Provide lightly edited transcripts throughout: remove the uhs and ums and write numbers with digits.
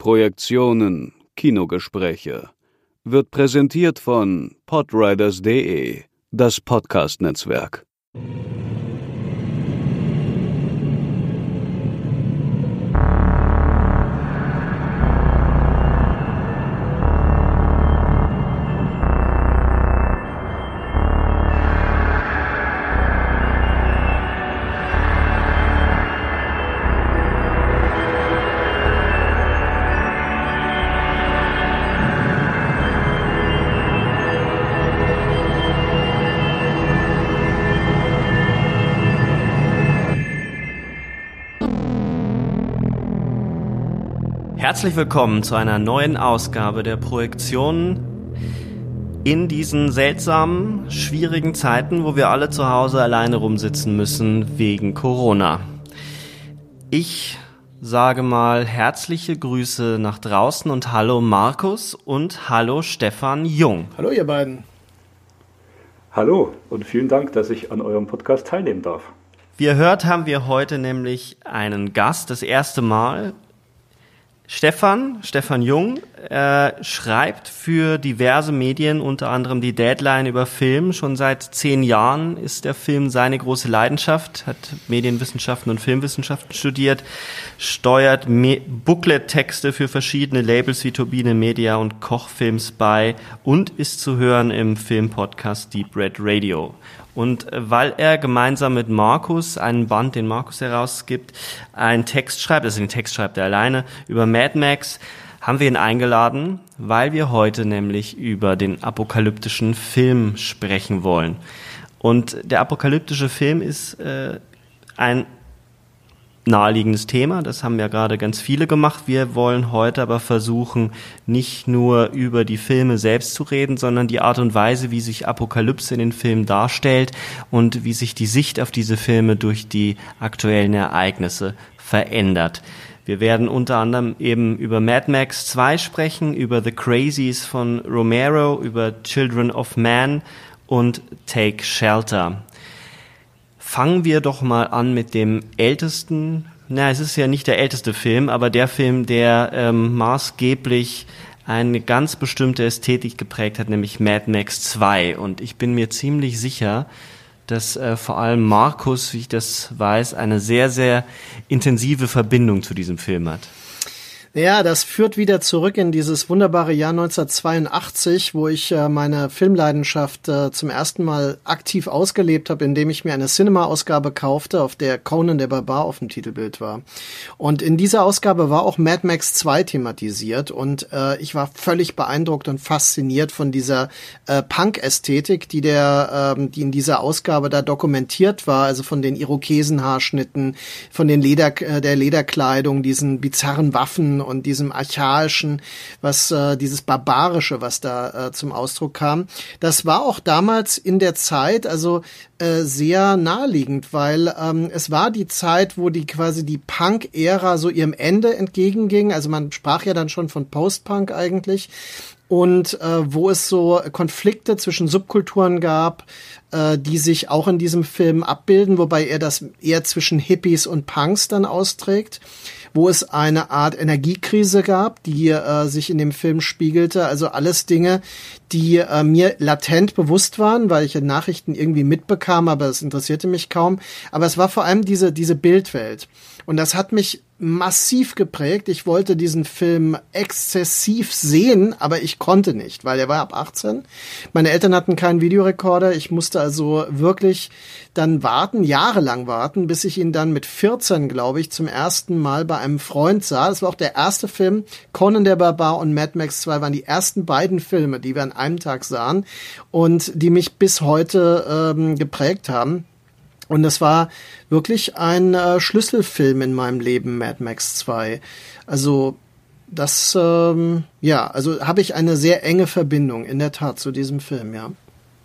Projektionen, Kinogespräche. Wird präsentiert von podriders.de, das Podcast-Netzwerk. Herzlich willkommen zu einer neuen Ausgabe der Projektionen in diesen seltsamen, schwierigen Zeiten, wo wir alle zu Hause alleine rumsitzen müssen wegen Corona. Ich sage mal herzliche Grüße nach draußen und hallo Markus und hallo Stefan Jung. Hallo ihr beiden. Hallo und vielen Dank, dass ich an eurem Podcast teilnehmen darf. Wie ihr hört, haben wir heute nämlich einen Gast, das erste Mal. Stefan Jung, schreibt für diverse Medien, unter anderem die Deadline über Film. Schon seit 10 Jahren ist der Film seine große Leidenschaft, hat Medienwissenschaften und Filmwissenschaften studiert, steuert Booklet-Texte für verschiedene Labels wie Turbine Media und Kochfilms bei und ist zu hören im Filmpodcast Deep Red Radio. Und weil er gemeinsam mit Markus, einen Band, den Markus herausgibt, einen Text schreibt, also den Text schreibt er alleine, über Mad Max, haben wir ihn eingeladen, weil wir heute nämlich über den apokalyptischen Film sprechen wollen. Und der apokalyptische Film ist ein naheliegendes Thema, das haben ja gerade ganz viele gemacht. Wir wollen heute aber versuchen, nicht nur über die Filme selbst zu reden, sondern die Art und Weise, wie sich Apokalypse in den Filmen darstellt und wie sich die Sicht auf diese Filme durch die aktuellen Ereignisse verändert. Wir werden unter anderem eben über Mad Max 2 sprechen, über The Crazies von Romero, über Children of Man und Take Shelter. Fangen wir doch mal an mit dem ältesten, es ist ja nicht der älteste Film, aber der Film, der maßgeblich eine ganz bestimmte Ästhetik geprägt hat, nämlich Mad Max 2. Und ich bin mir ziemlich sicher, dass vor allem Markus, wie ich das weiß, eine sehr, sehr intensive Verbindung zu diesem Film hat. Ja, das führt wieder zurück in dieses wunderbare Jahr 1982, wo ich meine Filmleidenschaft zum ersten Mal aktiv ausgelebt habe, indem ich mir eine Cinema-Ausgabe kaufte, auf der Conan der Barbar auf dem Titelbild war. Und in dieser Ausgabe war auch Mad Max 2 thematisiert und ich war völlig beeindruckt und fasziniert von dieser Punk-Ästhetik, die in dieser Ausgabe da dokumentiert war, also von den Irokesenhaarschnitten, von den der Lederkleidung, diesen bizarren Waffen und diesem archaischen, dieses Barbarische, was da zum Ausdruck kam. Das war auch damals in der Zeit, also sehr naheliegend, weil es war die Zeit, wo die Punk-Ära so ihrem Ende entgegenging. Also man sprach ja dann schon von Post-Punk eigentlich. Und wo es so Konflikte zwischen Subkulturen gab, die sich auch in diesem Film abbilden, wobei er das eher zwischen Hippies und Punks dann austrägt, wo es eine Art Energiekrise gab, die sich in dem Film spiegelte. Also alles Dinge, die mir latent bewusst waren, weil ich Nachrichten irgendwie mitbekam, aber es interessierte mich kaum. Aber es war vor allem diese Bildwelt. Und das hat mich massiv geprägt. Ich wollte diesen Film exzessiv sehen, aber ich konnte nicht, weil er war ab 18. Meine Eltern hatten keinen Videorekorder. Ich musste also wirklich dann jahrelang warten, bis ich ihn dann mit 14, glaube ich, zum ersten Mal bei einem Freund sah. Das war auch der erste Film. Conan der Barbar und Mad Max 2 waren die ersten beiden Filme, die wir an einem Tag sahen und die mich bis heute geprägt haben. Und das war wirklich ein Schlüsselfilm in meinem Leben, Mad Max 2. Also das, also habe ich eine sehr enge Verbindung in der Tat zu diesem Film, ja.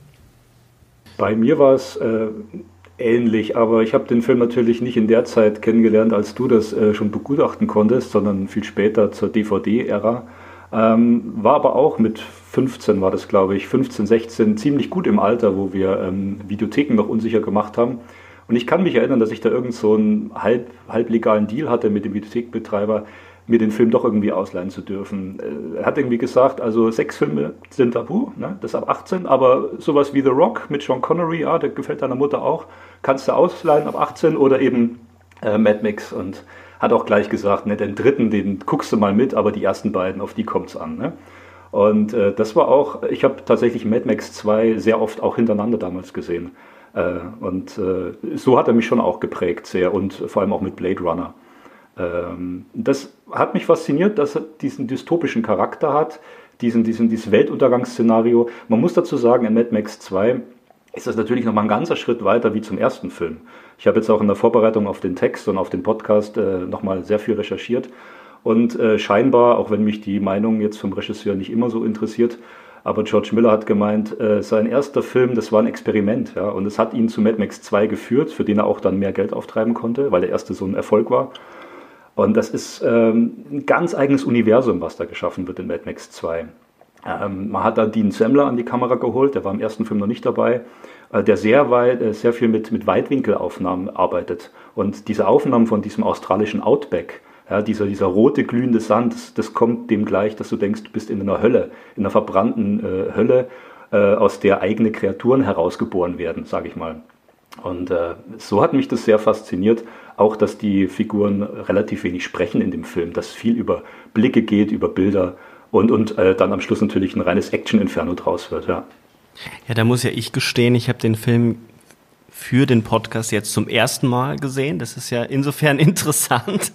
Bei mir war es ähnlich, aber ich habe den Film natürlich nicht in der Zeit kennengelernt, als du das schon begutachten konntest, sondern viel später zur DVD-Ära. War aber auch mit 15, war das glaube ich, 15, 16, ziemlich gut im Alter, wo wir Videotheken noch unsicher gemacht haben. Und ich kann mich erinnern, dass ich da irgend so einen halblegalen Deal hatte mit dem Videothekbetreiber, mir den Film doch irgendwie ausleihen zu dürfen. Er hat irgendwie gesagt, also 6 Filme sind tabu, ne? Das ist ab 18, aber sowas wie The Rock mit Sean Connery, ja, der gefällt deiner Mutter auch, kannst du ausleihen ab 18 oder eben Mad Max, und hat auch gleich gesagt, ne, den dritten, den guckst du mal mit, aber die ersten beiden, auf die kommt's an. Ne? Und das war auch, ich habe tatsächlich Mad Max 2 sehr oft auch hintereinander damals gesehen. So hat er mich schon auch geprägt sehr, und vor allem auch mit Blade Runner. Das hat mich fasziniert, dass er diesen dystopischen Charakter hat, dieses Weltuntergangsszenario. Man muss dazu sagen, in Mad Max 2 ist das natürlich nochmal ein ganzer Schritt weiter wie zum ersten Film. Ich habe jetzt auch in der Vorbereitung auf den Text und auf den Podcast nochmal sehr viel recherchiert. Und scheinbar, auch wenn mich die Meinung jetzt vom Regisseur nicht immer so interessiert, aber George Miller hat gemeint, sein erster Film, das war ein Experiment. Ja, und es hat ihn zu Mad Max 2 geführt, für den er auch dann mehr Geld auftreiben konnte, weil der erste so ein Erfolg war. Und das ist ein ganz eigenes Universum, was da geschaffen wird in Mad Max 2. Man hat da Dean Semler an die Kamera geholt, der war im ersten Film noch nicht dabei, der sehr viel mit Weitwinkelaufnahmen arbeitet. Und diese Aufnahmen von diesem australischen Outback, ja, dieser rote glühende Sand, das kommt dem gleich, dass du denkst, du bist in einer Hölle, in einer verbrannten Hölle, aus der eigene Kreaturen herausgeboren werden, sage ich mal. Und so hat mich das sehr fasziniert, auch dass die Figuren relativ wenig sprechen in dem Film, dass viel über Blicke geht, über Bilder und dann am Schluss natürlich ein reines Action-Inferno draus wird, ja. Ja, da muss ja ich gestehen, ich habe den Film für den Podcast jetzt zum ersten Mal gesehen. Das ist ja insofern interessant,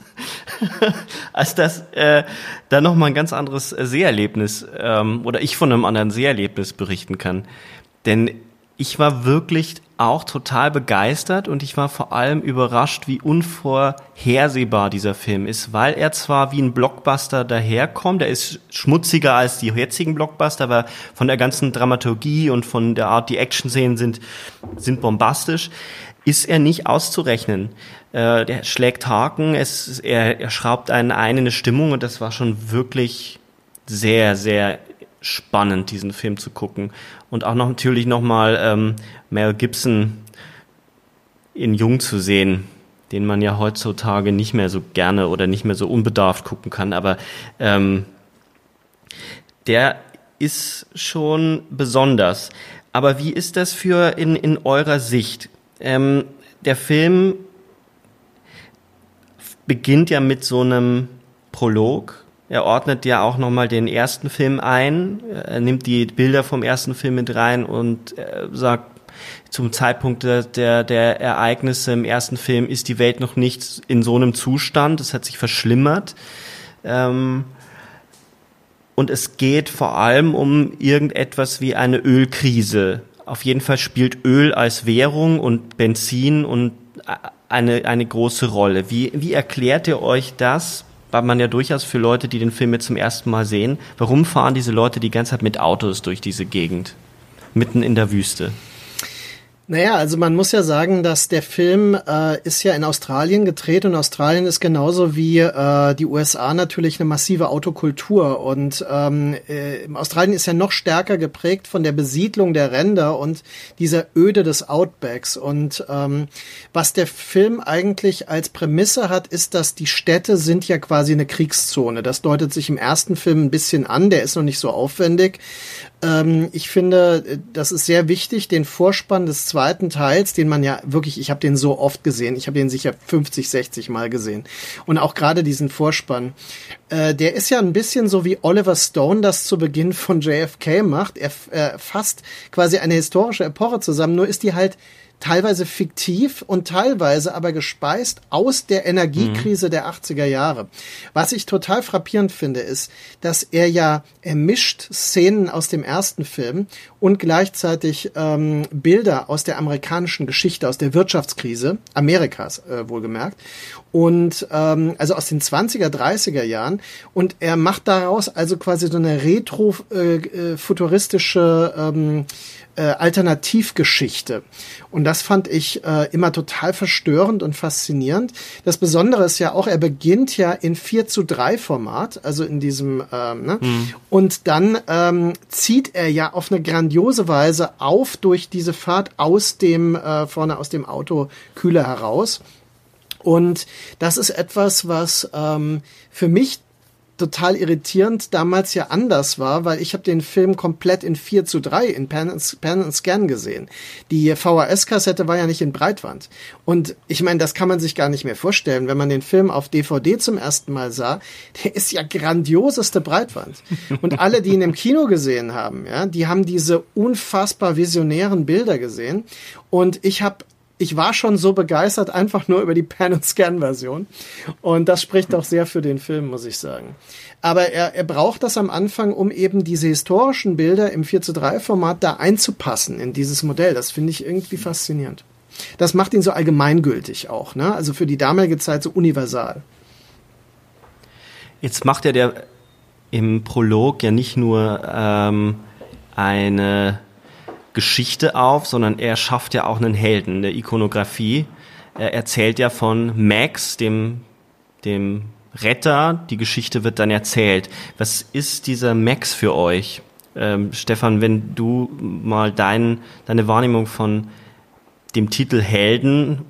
als dass da nochmal ein ganz anderes Seherlebnis oder ich von einem anderen Seherlebnis berichten kann. Denn ich war wirklich auch total begeistert und ich war vor allem überrascht, wie unvorhersehbar dieser Film ist, weil er zwar wie ein Blockbuster daherkommt, er ist schmutziger als die jetzigen Blockbuster, aber von der ganzen Dramaturgie und von der Art, die Action-Szenen sind bombastisch, ist er nicht auszurechnen. Der schlägt Haken, er schraubt einen ein in eine Stimmung und das war schon wirklich sehr, sehr spannend, diesen Film zu gucken. Und auch natürlich nochmal Mel Gibson in Jung zu sehen, den man ja heutzutage nicht mehr so gerne oder nicht mehr so unbedarft gucken kann. Aber der ist schon besonders. Aber wie ist das in eurer Sicht? Der Film beginnt ja mit so einem Prolog. Er ordnet ja auch nochmal den ersten Film ein, er nimmt die Bilder vom ersten Film mit rein und sagt, zum Zeitpunkt der Ereignisse im ersten Film ist die Welt noch nicht in so einem Zustand, es hat sich verschlimmert. Und es geht vor allem um irgendetwas wie eine Ölkrise. Auf jeden Fall spielt Öl als Währung und Benzin und eine große Rolle. Wie erklärt ihr euch das? Weil man ja durchaus für Leute, die den Film jetzt zum ersten Mal sehen, warum fahren diese Leute die ganze Zeit mit Autos durch diese Gegend, mitten in der Wüste? Naja, also man muss ja sagen, dass der Film ist ja in Australien gedreht und Australien ist genauso wie die USA natürlich eine massive Autokultur und Australien ist ja noch stärker geprägt von der Besiedlung der Ränder und dieser Öde des Outbacks und was der Film eigentlich als Prämisse hat, ist, dass die Städte sind ja quasi eine Kriegszone. Das deutet sich im ersten Film ein bisschen an, der ist noch nicht so aufwendig. Ich finde, das ist sehr wichtig, den Vorspann des zweiten Teils, den man ja wirklich, ich habe den so oft gesehen, ich habe den sicher 50, 60 Mal gesehen und auch gerade diesen Vorspann, der ist ja ein bisschen so wie Oliver Stone das zu Beginn von JFK macht, er fasst quasi eine historische Epoche zusammen, nur ist die halt teilweise fiktiv und teilweise aber gespeist aus der Energiekrise der 80er Jahre. Was ich total frappierend finde, ist, dass er mischt Szenen aus dem ersten Film und gleichzeitig Bilder aus der amerikanischen Geschichte, aus der Wirtschaftskrise Amerikas, wohlgemerkt, und also aus den 20er, 30er Jahren und er macht daraus also quasi so eine retro-futuristische Alternativgeschichte. Und das fand ich immer total verstörend und faszinierend. Das Besondere ist ja auch, er beginnt ja in 4:3 Format, also in diesem, und dann zieht er ja auf eine grandiose Weise auf durch diese Fahrt aus dem, vorne aus dem Autokühler heraus. Und das ist etwas, was für mich total irritierend damals ja anders war, weil ich habe den Film komplett in 4:3 in Pan and Scan gesehen. Die VHS-Kassette war ja nicht in Breitband. Und ich meine, das kann man sich gar nicht mehr vorstellen, wenn man den Film auf DVD zum ersten Mal sah. Der ist ja grandioseste Breitband. Und alle, die ihn im Kino gesehen haben, ja, die haben diese unfassbar visionären Bilder gesehen. Und ich war schon so begeistert, einfach nur über die Pan-and-Scan-Version. Und das spricht auch sehr für den Film, muss ich sagen. Aber er braucht das am Anfang, um eben diese historischen Bilder im 4:3-Format da einzupassen in dieses Modell. Das finde ich irgendwie faszinierend. Das macht ihn so allgemeingültig auch, ne? Also für die damalige Zeit so universal. Jetzt macht der im Prolog ja nicht nur eine Geschichte auf, sondern er schafft ja auch einen Helden, eine Ikonografie. Er erzählt ja von Max, dem Retter. Die Geschichte wird dann erzählt. Was ist dieser Max für euch? Stefan, wenn du mal deine Wahrnehmung von dem Titel Helden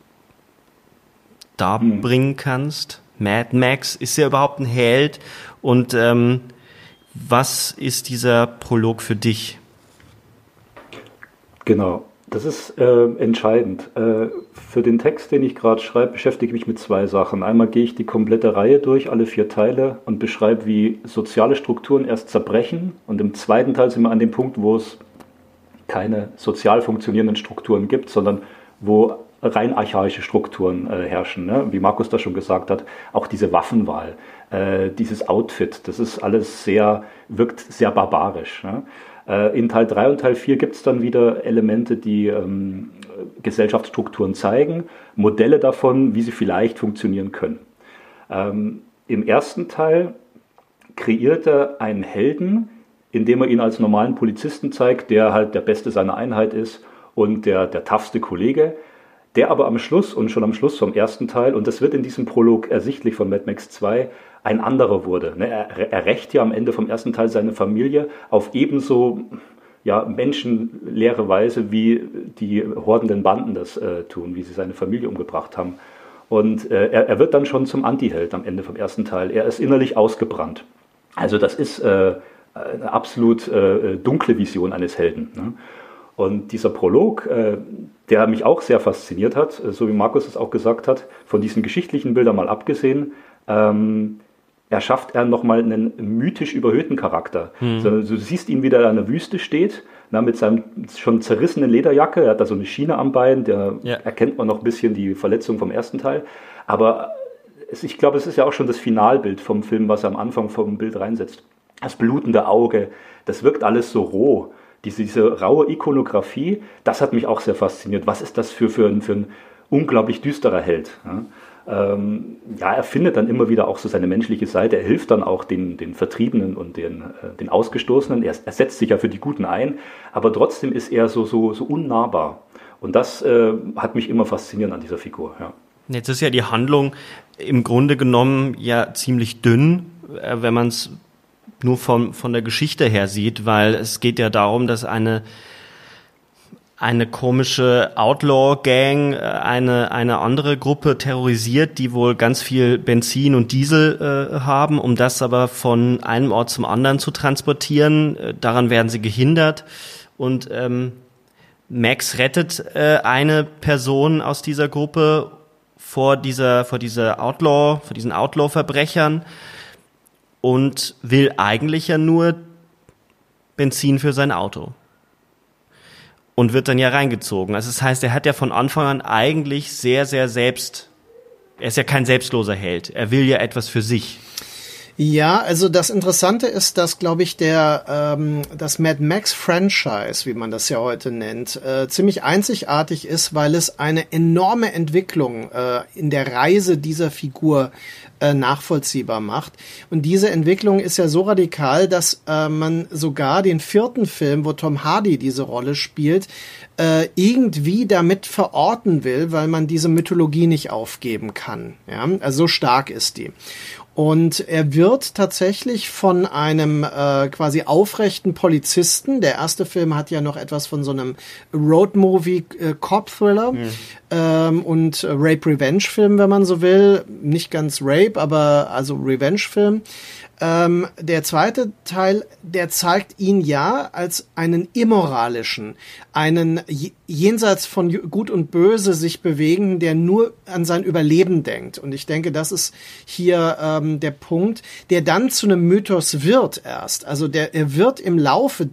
darbringen kannst. Mad Max, ist er überhaupt ein Held? Und was ist dieser Prolog für dich? Genau, das ist entscheidend. Für den Text, den ich gerade schreibe, beschäftige ich mich mit zwei Sachen. Einmal gehe ich die komplette Reihe durch, alle 4 Teile, und beschreibe, wie soziale Strukturen erst zerbrechen. Und im zweiten Teil sind wir an dem Punkt, wo es keine sozial funktionierenden Strukturen gibt, sondern wo rein archaische Strukturen herrschen. Ne? Wie Markus das schon gesagt hat, auch diese Waffenwahl, dieses Outfit, das ist alles wirkt sehr barbarisch. Ne? In Teil 3 und Teil 4 gibt es dann wieder Elemente, die Gesellschaftsstrukturen zeigen, Modelle davon, wie sie vielleicht funktionieren können. Im ersten Teil kreiert er einen Helden, indem er ihn als normalen Polizisten zeigt, der halt der Beste seiner Einheit ist und der toughste Kollege, der aber am Schluss und schon am Schluss vom ersten Teil, und das wird in diesem Prolog ersichtlich von Mad Max 2, ein anderer wurde. Er rächt ja am Ende vom ersten Teil seine Familie auf ebenso menschenleere Weise, wie die hordenden Banden das tun, wie sie seine Familie umgebracht haben. Und er wird dann schon zum Antiheld am Ende vom ersten Teil. Er ist innerlich ausgebrannt. Also das ist eine absolut dunkle Vision eines Helden. Ne? Und dieser Prolog, der mich auch sehr fasziniert hat, so wie Markus es auch gesagt hat, von diesen geschichtlichen Bildern mal abgesehen, erschafft er nochmal einen mythisch überhöhten Charakter. Du siehst ihn, wie der in der Wüste steht, mit seinem schon zerrissenen Lederjacke, er hat da so eine Schiene am Bein, erkennt man noch ein bisschen die Verletzung vom ersten Teil, aber ich glaube, es ist ja auch schon das Finalbild vom Film, was er am Anfang vom Bild reinsetzt. Das blutende Auge, das wirkt alles so roh. Diese raue Ikonografie, das hat mich auch sehr fasziniert. Was ist das für ein unglaublich düsterer Held? Er findet dann immer wieder auch so seine menschliche Seite. Er hilft dann auch den Vertriebenen und den Ausgestoßenen. Er setzt sich ja für die Guten ein, aber trotzdem ist er so unnahbar. Und das hat mich immer fasziniert an dieser Figur. Ja. Jetzt ist ja die Handlung im Grunde genommen ja ziemlich dünn, wenn man es nur von der Geschichte her sieht, weil es geht ja darum, dass eine komische Outlaw-Gang eine andere Gruppe terrorisiert, die wohl ganz viel Benzin und Diesel haben, um das aber von einem Ort zum anderen zu transportieren. Daran werden sie gehindert und Max rettet eine Person aus dieser Gruppe vor diesen Outlaw-Verbrechern und will eigentlich ja nur Benzin für sein Auto. Und wird dann ja reingezogen. Also das heißt, er hat ja von Anfang an eigentlich sehr, sehr er ist ja kein selbstloser Held. Er will ja etwas für sich. Ja, also das Interessante ist, dass, glaube ich, das Mad Max Franchise, wie man das ja heute nennt, ziemlich einzigartig ist, weil es eine enorme Entwicklung in der Reise dieser Figur nachvollziehbar macht. Und diese Entwicklung ist ja so radikal, dass man sogar den 4. Film, wo Tom Hardy diese Rolle spielt, irgendwie damit verorten will, weil man diese Mythologie nicht aufgeben kann. Ja? Also so stark ist die. Und er wird tatsächlich von einem quasi aufrechten Polizisten, der erste Film hat ja noch etwas von so einem Road-Movie Cop-Thriller und Rape-Revenge-Film, wenn man so will. Nicht ganz Rape, aber also Revenge-Film. Der zweite Teil, der zeigt ihn ja als einen immoralischen, einen jenseits von Gut und Böse sich bewegenden, der nur an sein Überleben denkt. Und ich denke, das ist hier der Punkt, der dann zu einem Mythos wird erst. Also er wird im Laufe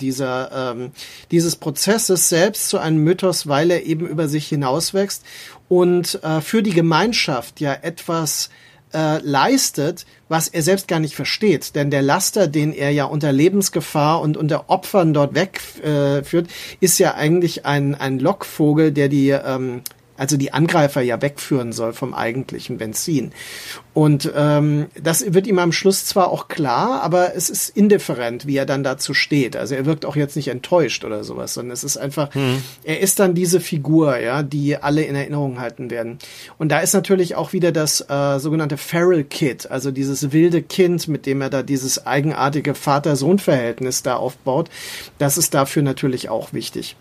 dieses Prozesses selbst zu einem Mythos, weil er eben über sich hinauswächst und für die Gemeinschaft ja etwas leistet, was er selbst gar nicht versteht. Denn der Laster, den er ja unter Lebensgefahr und unter Opfern dort wegführt, ist ja eigentlich ein Lockvogel, der die Angreifer ja wegführen soll vom eigentlichen Benzin. Und das wird ihm am Schluss zwar auch klar, aber es ist indifferent, wie er dann dazu steht. Also er wirkt auch jetzt nicht enttäuscht oder sowas, sondern es ist einfach, er ist dann diese Figur, ja, die alle in Erinnerung halten werden. Und da ist natürlich auch wieder das sogenannte Feral Kid, also dieses wilde Kind, mit dem er da dieses eigenartige Vater-Sohn-Verhältnis da aufbaut. Das ist dafür natürlich auch wichtig.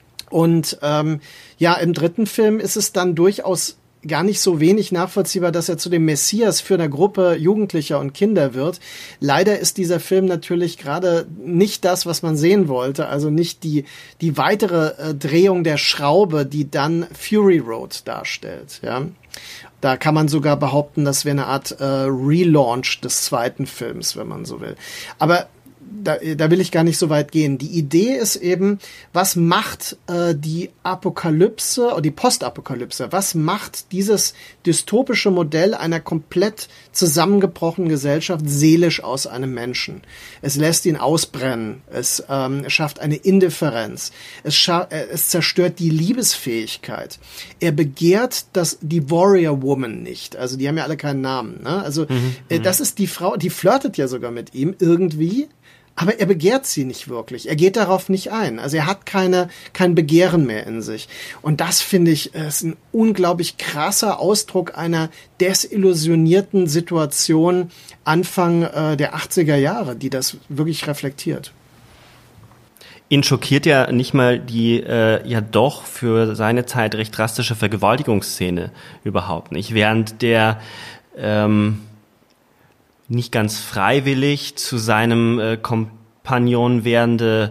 Und im dritten Film ist es dann durchaus gar nicht so wenig nachvollziehbar, dass er zu dem Messias für eine Gruppe Jugendlicher und Kinder wird. Leider ist dieser Film natürlich gerade nicht das, was man sehen wollte, also nicht die weitere Drehung der Schraube, die dann Fury Road darstellt. Ja, da kann man sogar behaupten, das wäre eine Art Relaunch des zweiten Films, wenn man so will. Aber da will ich gar nicht so weit gehen. Die Idee ist eben, was macht die Apokalypse oder die Postapokalypse? Was macht dieses dystopische Modell einer komplett zusammengebrochenen Gesellschaft seelisch aus einem Menschen? Es lässt ihn ausbrennen. Es schafft eine Indifferenz. Es zerstört die Liebesfähigkeit. Er begehrt die Warrior Woman nicht. Also die haben ja alle keinen Namen. Ne? Also das ist die Frau, die flirtet ja sogar mit ihm irgendwie. Aber er begehrt sie nicht wirklich. Er geht darauf nicht ein. Also er hat kein Begehren mehr in sich. Und das, finde ich, ist ein unglaublich krasser Ausdruck einer desillusionierten Situation Anfang der 80er Jahre, die das wirklich reflektiert. Ihn schockiert ja nicht mal die ja doch für seine Zeit recht drastische Vergewaltigungsszene überhaupt nicht. Während der nicht ganz freiwillig zu seinem Kompagnon werdende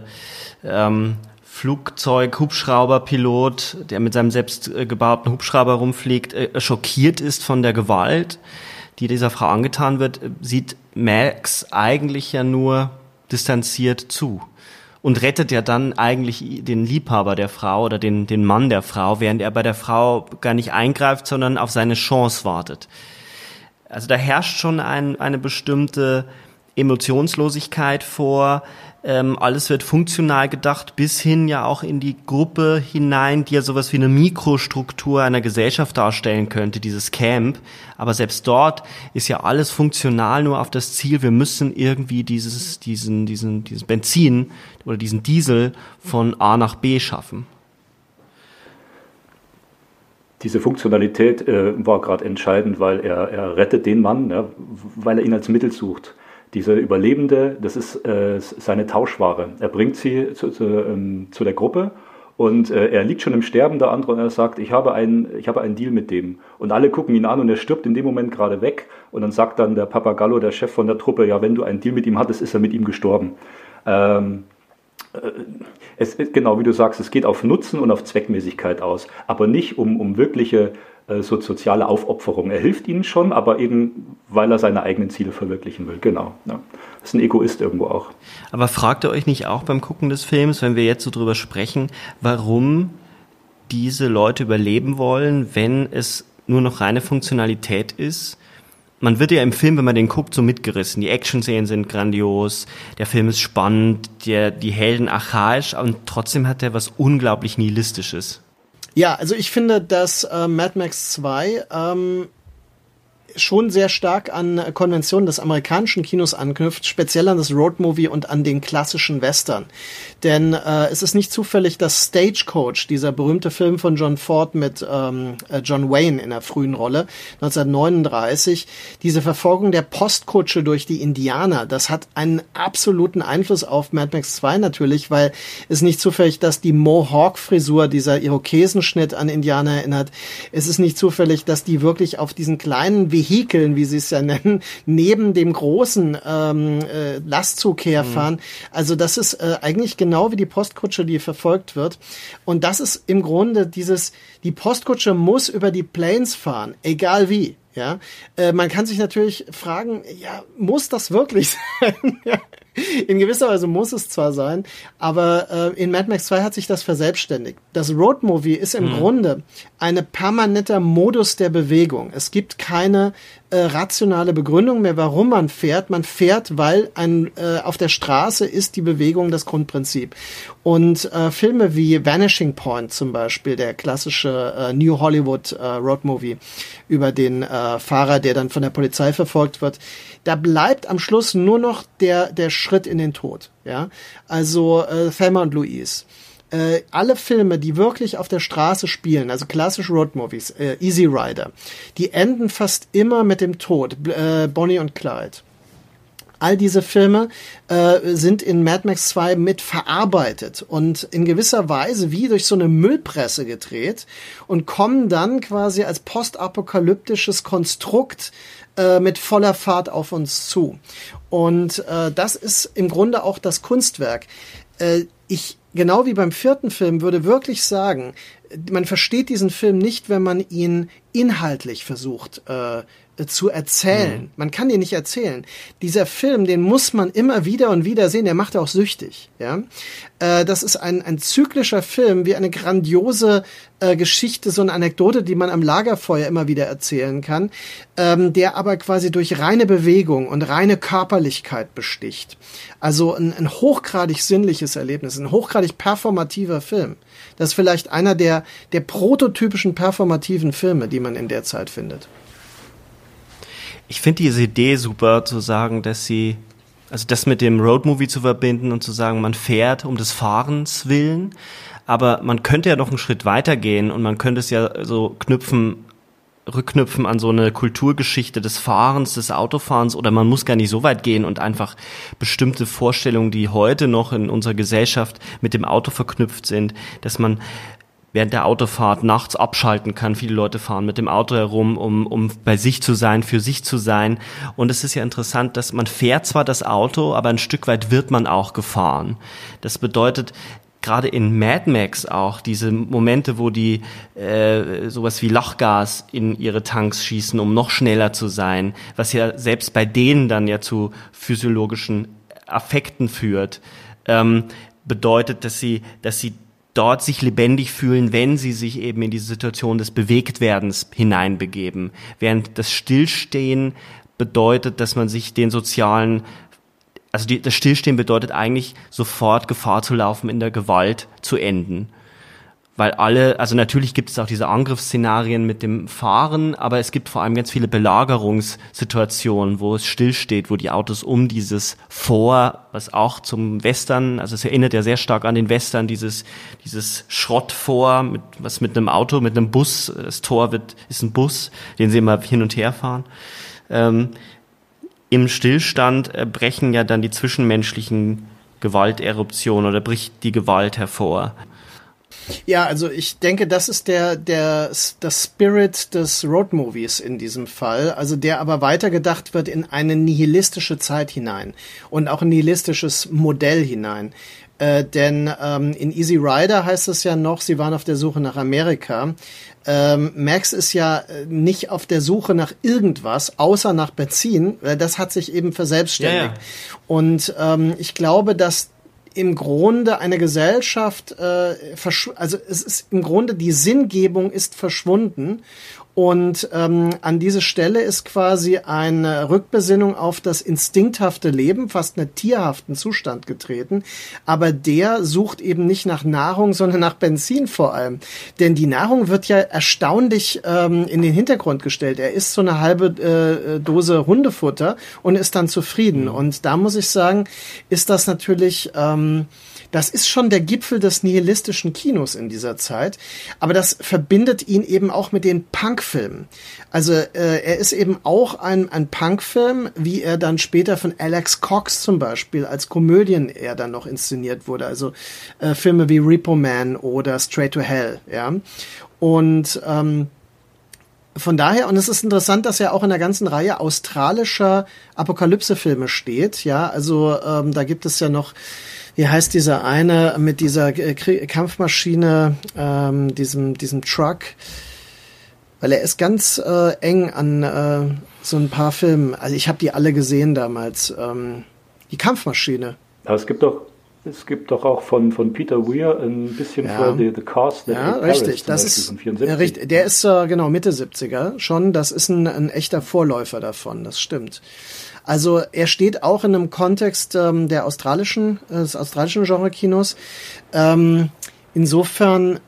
Hubschrauberpilot, der mit seinem selbst gebauten Hubschrauber rumfliegt, schockiert ist von der Gewalt, die dieser Frau angetan wird, sieht Max eigentlich ja nur distanziert zu und rettet ja dann eigentlich den Liebhaber der Frau oder den Mann der Frau, während er bei der Frau gar nicht eingreift, sondern auf seine Chance wartet. Also da herrscht schon eine bestimmte Emotionslosigkeit vor. Alles wird funktional gedacht, bis hin ja auch in die Gruppe hinein, die ja sowas wie eine Mikrostruktur einer Gesellschaft darstellen könnte, dieses Camp. Aber selbst dort ist ja alles funktional nur auf das Ziel, wir müssen irgendwie dieses Benzin oder diesen Diesel von A nach B schaffen. Diese Funktionalität war gerade entscheidend, weil er rettet den Mann, ja, weil er ihn als Mittel sucht. Dieser Überlebende, das ist seine Tauschware. Er bringt sie zu der Gruppe und er liegt schon im Sterben, der andere, und er sagt, ich habe einen Deal mit dem. Und alle gucken ihn an und er stirbt in dem Moment gerade weg. Und dann sagt dann der Papagallo, der Chef von der Truppe, ja, wenn du einen Deal mit ihm hattest, ist er mit ihm gestorben. Genau wie du sagst, es geht auf Nutzen und auf Zweckmäßigkeit aus, aber nicht um wirkliche soziale Aufopferung. Er hilft ihnen schon, aber eben, weil er seine eigenen Ziele verwirklichen will. Genau. Ja. Das ist ein Egoist irgendwo auch. Aber fragt ihr euch nicht auch beim Gucken des Films, wenn wir jetzt so drüber sprechen, warum diese Leute überleben wollen, wenn es nur noch reine Funktionalität ist? Man wird ja im Film, wenn man den guckt, so mitgerissen. Die Action-Szenen sind grandios, der Film ist spannend, die Helden archaisch, und trotzdem hat er was unglaublich Nihilistisches. Ja, also ich finde, dass Mad Max 2 schon sehr stark an Konventionen des amerikanischen Kinos anknüpft, speziell an das Roadmovie und an den klassischen Western. Denn es ist nicht zufällig, dass Stagecoach, dieser berühmte Film von John Ford mit John Wayne in der frühen Rolle, 1939, diese Verfolgung der Postkutsche durch die Indianer, das hat einen absoluten Einfluss auf Mad Max 2 natürlich, weil es nicht zufällig, dass die Mohawk-Frisur, dieser Irokesenschnitt an Indianer erinnert. Es ist nicht zufällig, dass die wirklich auf diesen kleinen Vehikeln, wie sie es ja nennen, neben dem großen Lastzug herfahren. Also das ist eigentlich genau wie die Postkutsche, die verfolgt wird. Und das ist im Grunde die Postkutsche muss über die Plains fahren, egal wie. Ja, man kann sich natürlich fragen, ja, muss das wirklich sein? Ja. In gewisser Weise muss es zwar sein, aber in Mad Max 2 hat sich das verselbstständigt. Das Roadmovie ist im Grunde ein permanenter Modus der Bewegung. Es gibt keine rationale Begründung mehr, warum man fährt. Man fährt, weil auf der Straße ist die Bewegung das Grundprinzip. Und Filme wie Vanishing Point zum Beispiel, der klassische New Hollywood Roadmovie über den Fahrer, der dann von der Polizei verfolgt wird, da bleibt am Schluss nur noch der Schritt in den Tod. Ja, also Thelma und Louise. Alle Filme, die wirklich auf der Straße spielen, also klassische Roadmovies, Easy Rider, die enden fast immer mit dem Tod. Bonnie und Clyde. All diese Filme sind in Mad Max 2 mit verarbeitet und in gewisser Weise wie durch so eine Müllpresse gedreht und kommen dann quasi als postapokalyptisches Konstrukt mit voller Fahrt auf uns zu. Und das ist im Grunde auch das Kunstwerk. Genau wie beim vierten Film, würde wirklich sagen, man versteht diesen Film nicht, wenn man ihn inhaltlich versucht zu erzählen. Man kann ihn nicht erzählen. Dieser Film, den muss man immer wieder und wieder sehen, der macht auch süchtig. Ja, das ist ein zyklischer Film, wie eine grandiose Geschichte, so eine Anekdote, die man am Lagerfeuer immer wieder erzählen kann, der aber quasi durch reine Bewegung und reine Körperlichkeit besticht. Also ein hochgradig sinnliches Erlebnis, ein hochgradig performativer Film. Das ist vielleicht einer der prototypischen performativen Filme, die man in der Zeit findet. Ich finde diese Idee super, zu sagen, also das mit dem Roadmovie zu verbinden und zu sagen, man fährt um des Fahrens willen, aber man könnte ja noch einen Schritt weiter gehen und man könnte es ja so rückknüpfen an so eine Kulturgeschichte des Fahrens, des Autofahrens, oder man muss gar nicht so weit gehen und einfach bestimmte Vorstellungen, die heute noch in unserer Gesellschaft mit dem Auto verknüpft sind, dass man während der Autofahrt nachts abschalten kann. Viele Leute fahren mit dem Auto herum, um bei sich zu sein, für sich zu sein. Und es ist ja interessant, dass man fährt zwar das Auto, aber ein Stück weit wird man auch gefahren. Das bedeutet, gerade in Mad Max auch diese Momente, wo die sowas wie Lachgas in ihre Tanks schießen, um noch schneller zu sein, was ja selbst bei denen dann ja zu physiologischen Affekten führt, bedeutet, dass sie dort sich lebendig fühlen, wenn sie sich eben in diese Situation des Bewegtwerdens hineinbegeben. Während das Stillstehen bedeutet, dass man sich den sozialen, das Stillstehen bedeutet eigentlich sofort Gefahr zu laufen, in der Gewalt zu enden. Weil natürlich gibt es auch diese Angriffsszenarien mit dem Fahren, aber es gibt vor allem ganz viele Belagerungssituationen, wo es stillsteht, wo die Autos um dieses Fort, was auch zum Western, also es erinnert ja sehr stark an den Western, dieses Schrottfort, was mit einem Auto, mit einem Bus, das Tor ist ein Bus, den sie immer hin und her fahren. Im Stillstand brechen ja dann die zwischenmenschlichen Gewalteruptionen oder bricht die Gewalt hervor. Ja, also ich denke, das ist das Spirit des Roadmovies in diesem Fall, also der aber weitergedacht wird in eine nihilistische Zeit hinein und auch ein nihilistisches Modell hinein. Denn in Easy Rider heißt es ja noch, sie waren auf der Suche nach Amerika. Max ist ja nicht auf der Suche nach irgendwas, außer nach Benzin. Das hat sich eben verselbstständigt. Ja. Und ich glaube, dass im Grunde eine Gesellschaft, also es ist im Grunde die Sinngebung ist verschwunden Und an diese Stelle ist quasi eine Rückbesinnung auf das instinkthafte Leben, fast einen tierhaften Zustand getreten. Aber der sucht eben nicht nach Nahrung, sondern nach Benzin vor allem. Denn die Nahrung wird ja erstaunlich in den Hintergrund gestellt. Er isst so eine halbe Dose Hundefutter und ist dann zufrieden. Und da muss ich sagen, ist das natürlich... das ist schon der Gipfel des nihilistischen Kinos in dieser Zeit. Aber das verbindet ihn eben auch mit den Punkfilmen. Also er ist eben auch ein Punkfilm, wie er dann später von Alex Cox zum Beispiel als Komödien er dann noch inszeniert wurde. Also Filme wie Repo Man oder Straight to Hell. Ja. Und von daher, und es ist interessant, dass er auch in einer ganzen Reihe australischer Apokalypse-Filme steht. Ja, also da gibt es ja noch, wie heißt dieser eine mit dieser Kampfmaschine, diesem Truck, weil er ist ganz eng an so ein paar Filmen. Also ich habe die alle gesehen damals. Die Kampfmaschine. Aber es gibt doch auch von Peter Weir ein bisschen vor The Cars. Ja, richtig. Das ist richtig. Der ist genau Mitte 70er schon. Das ist ein echter Vorläufer davon. Das stimmt. Also er steht auch in einem Kontext des australischen Genre-Kinos. Insofern,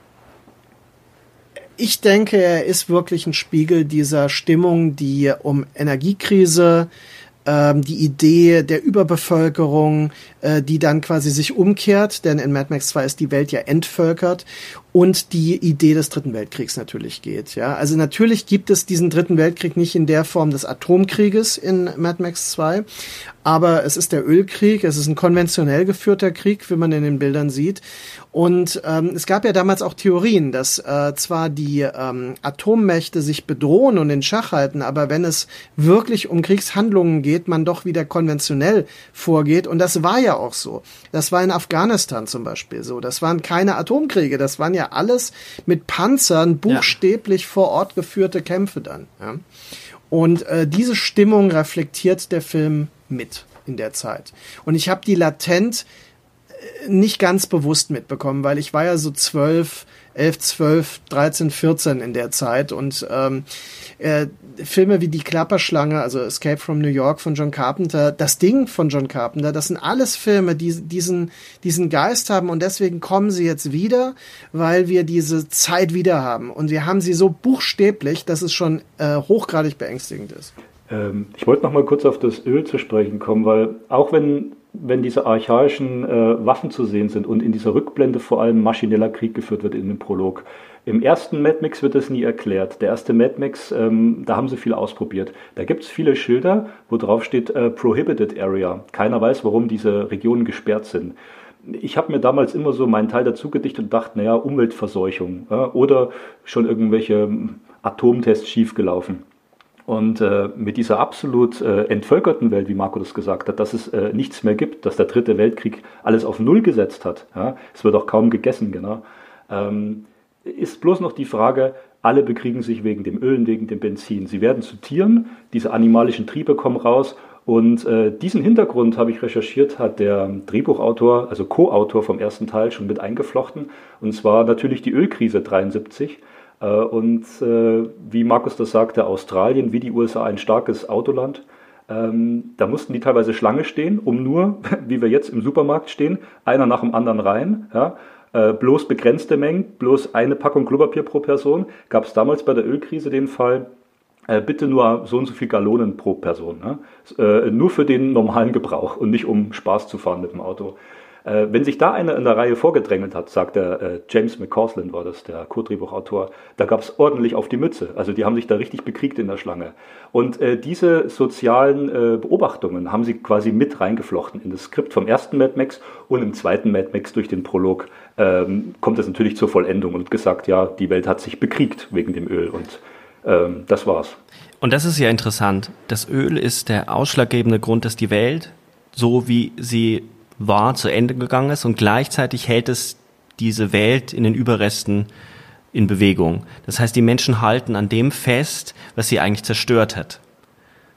ich denke, er ist wirklich ein Spiegel dieser Stimmung, die um Energiekrise, die Idee der Überbevölkerung, die dann quasi sich umkehrt, denn in Mad Max 2 ist die Welt ja entvölkert, und die Idee des Dritten Weltkriegs natürlich geht. Ja, also natürlich gibt es diesen Dritten Weltkrieg nicht in der Form des Atomkrieges in Mad Max 2, aber es ist der Ölkrieg, es ist ein konventionell geführter Krieg, wie man in den Bildern sieht. Und es gab ja damals auch Theorien, dass zwar die Atommächte sich bedrohen und in Schach halten, aber wenn es wirklich um Kriegshandlungen geht, man doch wieder konventionell vorgeht. Und das war ja auch so. Das war in Afghanistan zum Beispiel so. Das waren keine Atomkriege, das waren ja alles mit Panzern buchstäblich vor Ort geführte Kämpfe dann. Ja. Und diese Stimmung reflektiert der Film mit in der Zeit. Und ich habe die latent nicht ganz bewusst mitbekommen, weil ich war ja so 11, 12, 13, 14 in der Zeit und Filme wie Die Klapperschlange, also Escape from New York von John Carpenter, Das Ding von John Carpenter, das sind alles Filme, die diesen Geist haben, und deswegen kommen sie jetzt wieder, weil wir diese Zeit wieder haben, und wir haben sie so buchstäblich, dass es schon hochgradig beängstigend ist. Ich wollte noch mal kurz auf das Öl zu sprechen kommen, weil auch wenn diese archaischen Waffen zu sehen sind und in dieser Rückblende vor allem maschineller Krieg geführt wird in dem Prolog, im ersten Mad Max wird das nie erklärt. Der erste Mad Max, da haben sie viel ausprobiert. Da gibt es viele Schilder, wo drauf steht Prohibited Area. Keiner weiß, warum diese Regionen gesperrt sind. Ich habe mir damals immer so meinen Teil dazu gedichtet und dachte, naja, Umweltverseuchung oder schon irgendwelche Atomtests schiefgelaufen. Und mit dieser absolut entvölkerten Welt, wie Marco das gesagt hat, dass es nichts mehr gibt, dass der Dritte Weltkrieg alles auf Null gesetzt hat, ja, es wird auch kaum gegessen, genau, ist bloß noch die Frage, alle bekriegen sich wegen dem Öl und wegen dem Benzin. Sie werden zu Tieren, diese animalischen Triebe kommen raus, und diesen Hintergrund, habe ich recherchiert, hat der Drehbuchautor, also Co-Autor vom ersten Teil, schon mit eingeflochten, und zwar natürlich die Ölkrise 73. Und wie Markus das sagte, Australien wie die USA ein starkes Autoland. Da mussten die teilweise Schlange stehen, um nur, wie wir jetzt im Supermarkt stehen, einer nach dem anderen rein. Ja, bloß begrenzte Mengen, bloß eine Packung Klopapier pro Person. Gab es damals bei der Ölkrise den Fall, bitte nur so und so viel Gallonen pro Person. Ja? Nur für den normalen Gebrauch und nicht um Spaß zu fahren mit dem Auto. Wenn sich da einer in der Reihe vorgedrängelt hat, sagt der James McCausland, war das, der Co-Drehbuchautor, da gab es ordentlich auf die Mütze. Also die haben sich da richtig bekriegt in der Schlange. Und diese sozialen Beobachtungen haben sie quasi mit reingeflochten in das Skript vom ersten Mad Max, und im zweiten Mad Max durch den Prolog kommt es natürlich zur Vollendung und gesagt, ja, die Welt hat sich bekriegt wegen dem Öl, und das war's. Und das ist ja interessant. Das Öl ist der ausschlaggebende Grund, dass die Welt, so wie sie war, zu Ende gegangen ist, und gleichzeitig hält es diese Welt in den Überresten in Bewegung. Das heißt, die Menschen halten an dem fest, was sie eigentlich zerstört hat.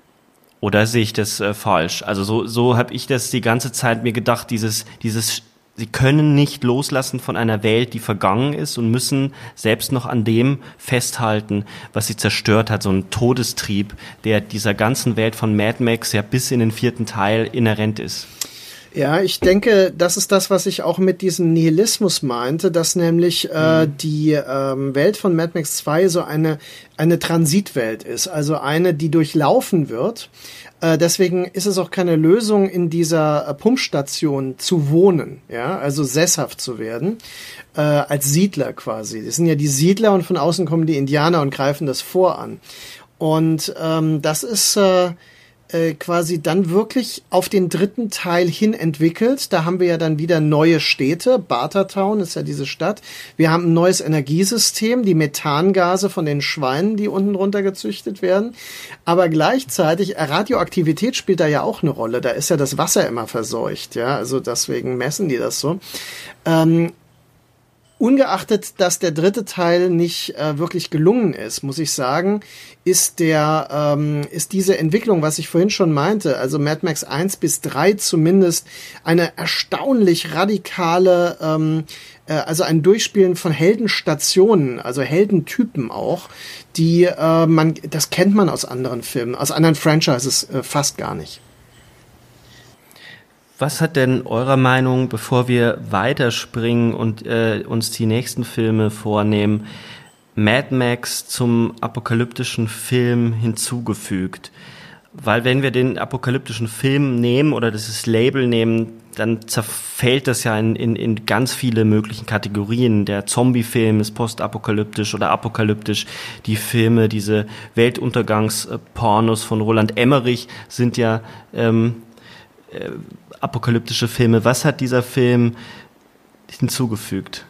Oder sehe ich das falsch? Also so habe ich das die ganze Zeit mir gedacht, dieses sie können nicht loslassen von einer Welt, die vergangen ist und müssen selbst noch an dem festhalten, was sie zerstört hat. So ein Todestrieb, der dieser ganzen Welt von Mad Max ja bis in den 4. Teil inhärent ist. Ja, ich denke, das ist das, was ich auch mit diesem Nihilismus meinte, dass nämlich die Welt von Mad Max 2 so eine Transitwelt ist, also eine, die durchlaufen wird. Deswegen ist es auch keine Lösung, in dieser Pumpstation zu wohnen, ja, also sesshaft zu werden, als Siedler quasi. Das sind ja die Siedler und von außen kommen die Indianer und greifen das Fort an. Und das ist quasi dann wirklich auf den 3. Teil hin entwickelt. Da haben wir ja dann wieder neue Städte. Bartertown ist ja diese Stadt. Wir haben ein neues Energiesystem, die Methangase von den Schweinen, die unten drunter gezüchtet werden. Aber gleichzeitig, Radioaktivität spielt da ja auch eine Rolle. Da ist ja das Wasser immer verseucht. Ja, also deswegen messen die das so. Ungeachtet, dass der 3. Teil nicht wirklich gelungen ist, muss ich sagen, ist diese Entwicklung, was ich vorhin schon meinte, also Mad Max 1 bis 3 zumindest, eine erstaunlich radikale, also ein Durchspielen von Heldenstationen, also Heldentypen auch, die das kennt man aus anderen Filmen, aus anderen Franchises fast gar nicht. Was hat denn eurer Meinung, bevor wir weiterspringen und uns die nächsten Filme vornehmen, Mad Max zum apokalyptischen Film hinzugefügt? Weil wenn wir den apokalyptischen Film nehmen oder dieses Label nehmen, dann zerfällt das ja in ganz viele möglichen Kategorien. Der Zombie-Film ist postapokalyptisch oder apokalyptisch. Die Filme, diese Weltuntergangs-Pornos von Roland Emmerich sind ja apokalyptische Filme. Was hat dieser Film hinzugefügt?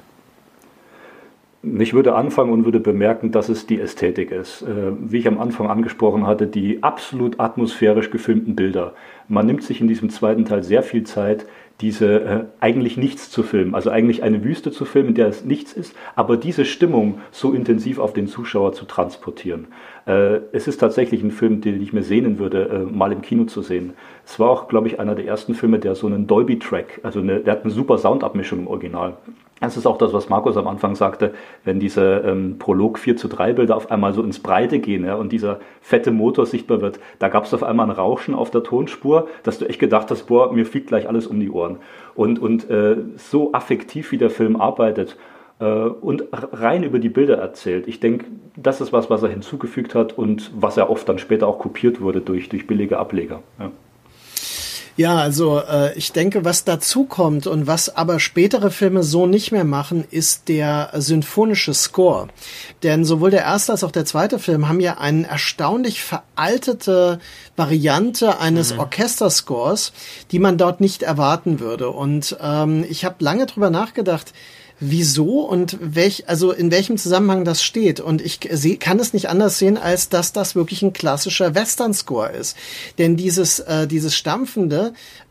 Ich würde anfangen und würde bemerken, dass es die Ästhetik ist. Wie ich am Anfang angesprochen hatte, die absolut atmosphärisch gefilmten Bilder. Man nimmt sich in diesem 2. Teil sehr viel Zeit, diese eigentlich nichts zu filmen, also eigentlich eine Wüste zu filmen, in der es nichts ist, aber diese Stimmung so intensiv auf den Zuschauer zu transportieren. Es ist tatsächlich ein Film, den ich mir sehnen würde, mal im Kino zu sehen. Es war auch, glaube ich, einer der ersten Filme, der so einen Dolby-Track, also der hat eine super Soundabmischung im Original. Das ist auch das, was Markus am Anfang sagte, wenn diese Prolog 4:3 Bilder auf einmal so ins Breite gehen, ja, und dieser fette Motor sichtbar wird, da gab es auf einmal ein Rauschen auf der Tonspur, dass du echt gedacht hast, boah, mir fliegt gleich alles um die Ohren. Und so affektiv, wie der Film arbeitet und rein über die Bilder erzählt, ich denke, das ist was er hinzugefügt hat und was ja oft dann später auch kopiert wurde durch billige Ableger. Ja. Ja, also ich denke, was dazu kommt und was aber spätere Filme so nicht mehr machen, ist der symphonische Score. Denn sowohl der erste als auch der zweite Film haben ja eine erstaunlich veraltete Variante eines Orchesterscores, die man dort nicht erwarten würde. Und ich habe lange drüber nachgedacht, wieso und in welchem Zusammenhang das steht. Und ich kann es nicht anders sehen, als dass das wirklich ein klassischer Western-Score ist. Denn dieses Stampfende,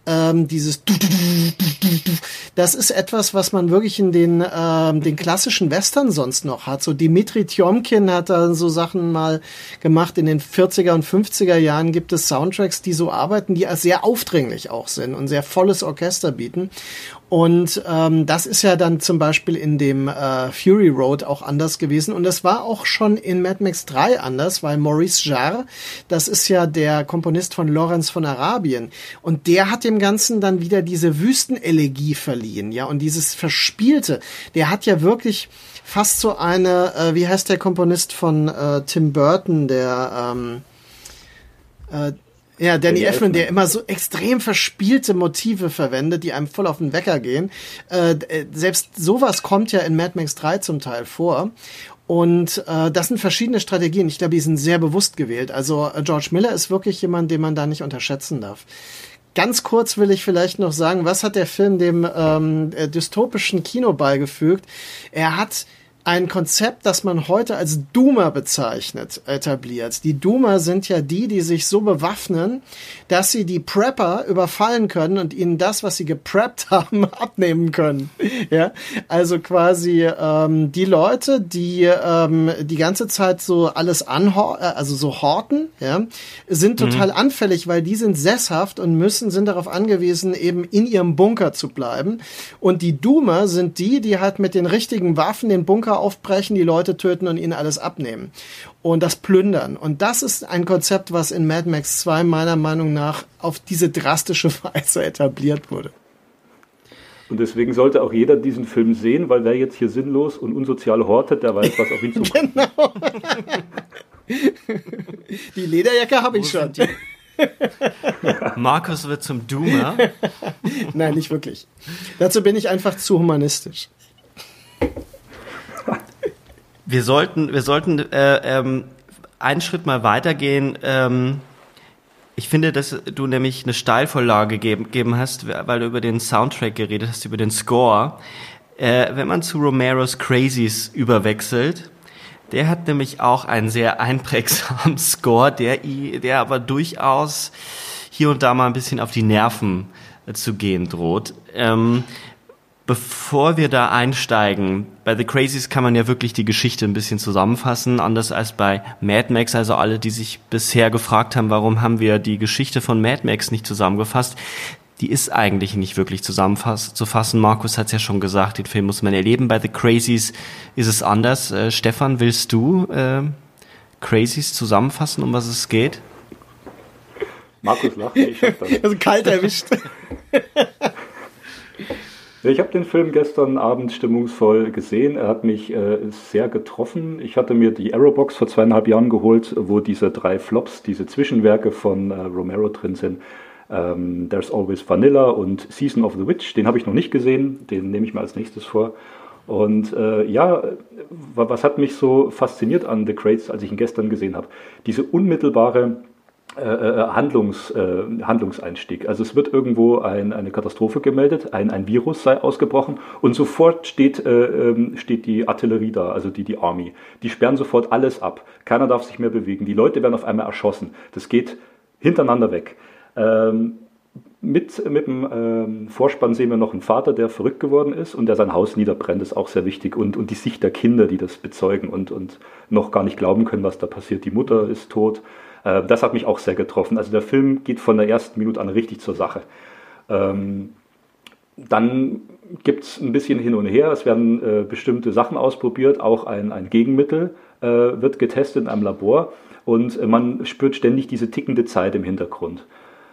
das ist etwas, was man wirklich in den klassischen Western sonst noch hat. So Dimitri Tjomkin hat da so Sachen mal gemacht. In den 40er und 50er Jahren gibt es Soundtracks, die so arbeiten, die sehr aufdringlich auch sind und sehr volles Orchester bieten. Und das ist ja dann zum Beispiel in dem Fury Road auch anders gewesen. Und das war auch schon in Mad Max 3 anders, weil Maurice Jarre, das ist ja der Komponist von Lawrence von Arabien. Und der hat dem Ganzen dann wieder diese Wüstenelegie verliehen. Ja, und dieses Verspielte, der hat ja wirklich fast so eine, wie heißt der Komponist von Tim Burton, Danny Elfman, der immer so extrem verspielte Motive verwendet, die einem voll auf den Wecker gehen. Selbst sowas kommt ja in Mad Max 3 zum Teil vor. Und das sind verschiedene Strategien. Ich glaube, die sind sehr bewusst gewählt. Also George Miller ist wirklich jemand, den man da nicht unterschätzen darf. Ganz kurz will ich vielleicht noch sagen, was hat der Film dem dystopischen Kino beigefügt? Er hat ein Konzept, das man heute als Doomer bezeichnet, etabliert. Die Doomer sind ja die sich so bewaffnen, dass sie die Prepper überfallen können und ihnen das, was sie gepreppt haben, abnehmen können. Ja, also quasi die Leute, die die ganze Zeit so alles so horten, ja, sind total anfällig, weil die sind sesshaft und sind darauf angewiesen, eben in ihrem Bunker zu bleiben. Und die Doomer sind die halt mit den richtigen Waffen den Bunker aufbrechen, die Leute töten und ihnen alles abnehmen. Und das plündern. Und das ist ein Konzept, was in Mad Max 2 meiner Meinung nach auf diese drastische Weise etabliert wurde. Und deswegen sollte auch jeder diesen Film sehen, weil wer jetzt hier sinnlos und unsozial hortet, der weiß, was auf ihn zukommt. Genau. Die Lederjacke habe ich schon. Markus wird zum Doomer. Nein, nicht wirklich. Dazu bin ich einfach zu humanistisch. Wir sollten einen Schritt mal weitergehen. Ich finde, dass du nämlich eine Steilvorlage gegeben hast, weil du über den Soundtrack geredet hast, über den Score. Wenn man zu Romeros Crazies überwechselt, der hat nämlich auch einen sehr einprägsamen Score, der aber durchaus hier und da mal ein bisschen auf die Nerven zu gehen droht. Bevor wir da einsteigen, bei The Crazies kann man ja wirklich die Geschichte ein bisschen zusammenfassen, anders als bei Mad Max. Also alle, die sich bisher gefragt haben, warum haben wir die Geschichte von Mad Max nicht zusammengefasst, die ist eigentlich nicht wirklich zusammenzufassen. Markus hat es ja schon gesagt, den Film muss man erleben. Bei The Crazies ist es anders. Stefan, willst du Crazies zusammenfassen, um was es geht? Markus lacht, ich hab das. Also kalt erwischt. Ich habe den Film gestern Abend stimmungsvoll gesehen. Er hat mich sehr getroffen. Ich hatte mir die Arrowbox vor 2,5 Jahren geholt, wo diese 3 Flops, diese Zwischenwerke von Romero drin sind. There's Always Vanilla und Season of the Witch. Den habe ich noch nicht gesehen. Den nehme ich mir als nächstes vor. Und was hat mich so fasziniert an The Crates, als ich ihn gestern gesehen habe? Diese unmittelbare Handlungseinstieg. Also es wird irgendwo eine Katastrophe gemeldet, ein Virus sei ausgebrochen und sofort steht die Artillerie da, also die Army. Die sperren sofort alles ab. Keiner darf sich mehr bewegen. Die Leute werden auf einmal erschossen. Das geht hintereinander weg. Mit dem Vorspann sehen wir noch einen Vater, der verrückt geworden ist und der sein Haus niederbrennt, ist auch sehr wichtig. Und die Sicht der Kinder, die das bezeugen und noch gar nicht glauben können, was da passiert. Die Mutter ist tot. Das hat mich auch sehr getroffen. Also der Film geht von der ersten Minute an richtig zur Sache. Dann gibt es ein bisschen hin und her. Es werden bestimmte Sachen ausprobiert. Auch ein Gegenmittel wird getestet in einem Labor. Und man spürt ständig diese tickende Zeit im Hintergrund.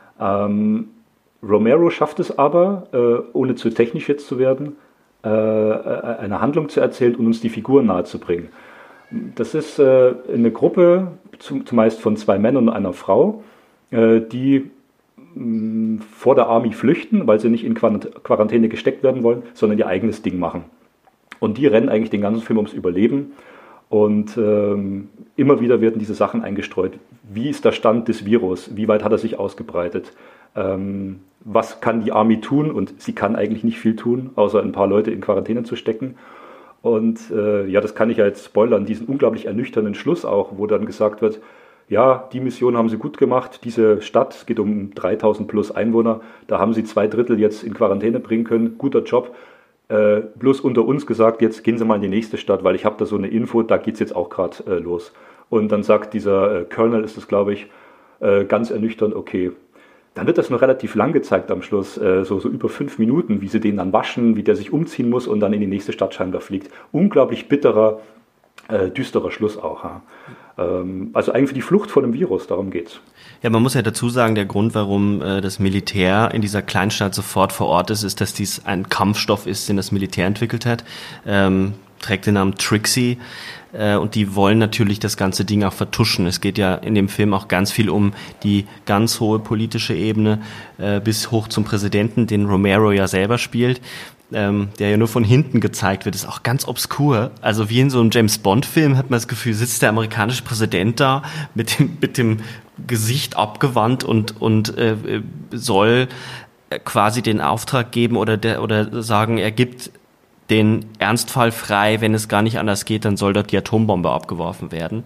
Romero schafft es aber, ohne zu technisch jetzt zu werden, eine Handlung zu erzählen und uns die Figuren nahezubringen. Das ist eine Gruppe, zumeist von 2 Männern und einer Frau, die vor der Army flüchten, weil sie nicht in Quarantäne gesteckt werden wollen, sondern ihr eigenes Ding machen. Und die rennen eigentlich den ganzen Film ums Überleben. Und immer wieder werden diese Sachen eingestreut. Wie ist der Stand des Virus? Wie weit hat er sich ausgebreitet? Was kann die Army tun? Und sie kann eigentlich nicht viel tun, außer ein paar Leute in Quarantäne zu stecken. Und das kann ich ja jetzt spoilern, diesen unglaublich ernüchternden Schluss auch, wo dann gesagt wird, ja, die Mission haben sie gut gemacht, diese Stadt, es geht um 3000 plus Einwohner, da haben sie 2/3 jetzt in Quarantäne bringen können, guter Job. Bloß unter uns gesagt, jetzt gehen Sie mal in die nächste Stadt, weil ich habe da so eine Info, da geht es jetzt auch gerade los. Und dann sagt dieser Colonel, ist das glaube ich, ganz ernüchternd, okay. Dann wird das noch relativ lang gezeigt am Schluss, so über 5 Minuten, wie sie den dann waschen, wie der sich umziehen muss und dann in die nächste Stadt scheinbar fliegt. Unglaublich bitterer, düsterer Schluss auch. Ja. Also eigentlich die Flucht vor dem Virus, darum geht's. Ja, man muss ja dazu sagen, der Grund, warum das Militär in dieser Kleinstadt sofort vor Ort ist, dass dies ein Kampfstoff ist, den das Militär entwickelt hat. Trägt den Namen Trixie. Und die wollen natürlich das ganze Ding auch vertuschen. Es geht ja in dem Film auch ganz viel um die ganz hohe politische Ebene bis hoch zum Präsidenten, den Romero ja selber spielt, der ja nur von hinten gezeigt wird. Ist auch ganz obskur. Also wie in so einem James-Bond-Film hat man das Gefühl, sitzt der amerikanische Präsident da mit dem Gesicht abgewandt und soll quasi den Auftrag geben oder sagen, er gibt den Ernstfall frei, wenn es gar nicht anders geht, dann soll dort die Atombombe abgeworfen werden.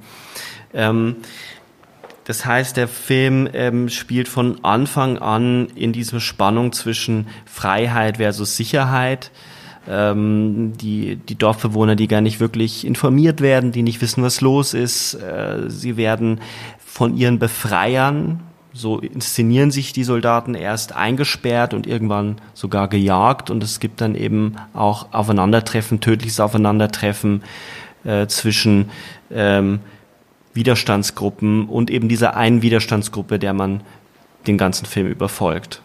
Das heißt, der Film spielt von Anfang an in dieser Spannung zwischen Freiheit versus Sicherheit. Die Dorfbewohner, die gar nicht wirklich informiert werden, die nicht wissen, was los ist. Sie werden von ihren Befreiern, so inszenieren sich die Soldaten, erst eingesperrt und irgendwann sogar gejagt. Und es gibt dann eben auch Aufeinandertreffen, tödliches Aufeinandertreffen zwischen Widerstandsgruppen und eben dieser einen Widerstandsgruppe, der man den ganzen Film überfolgt.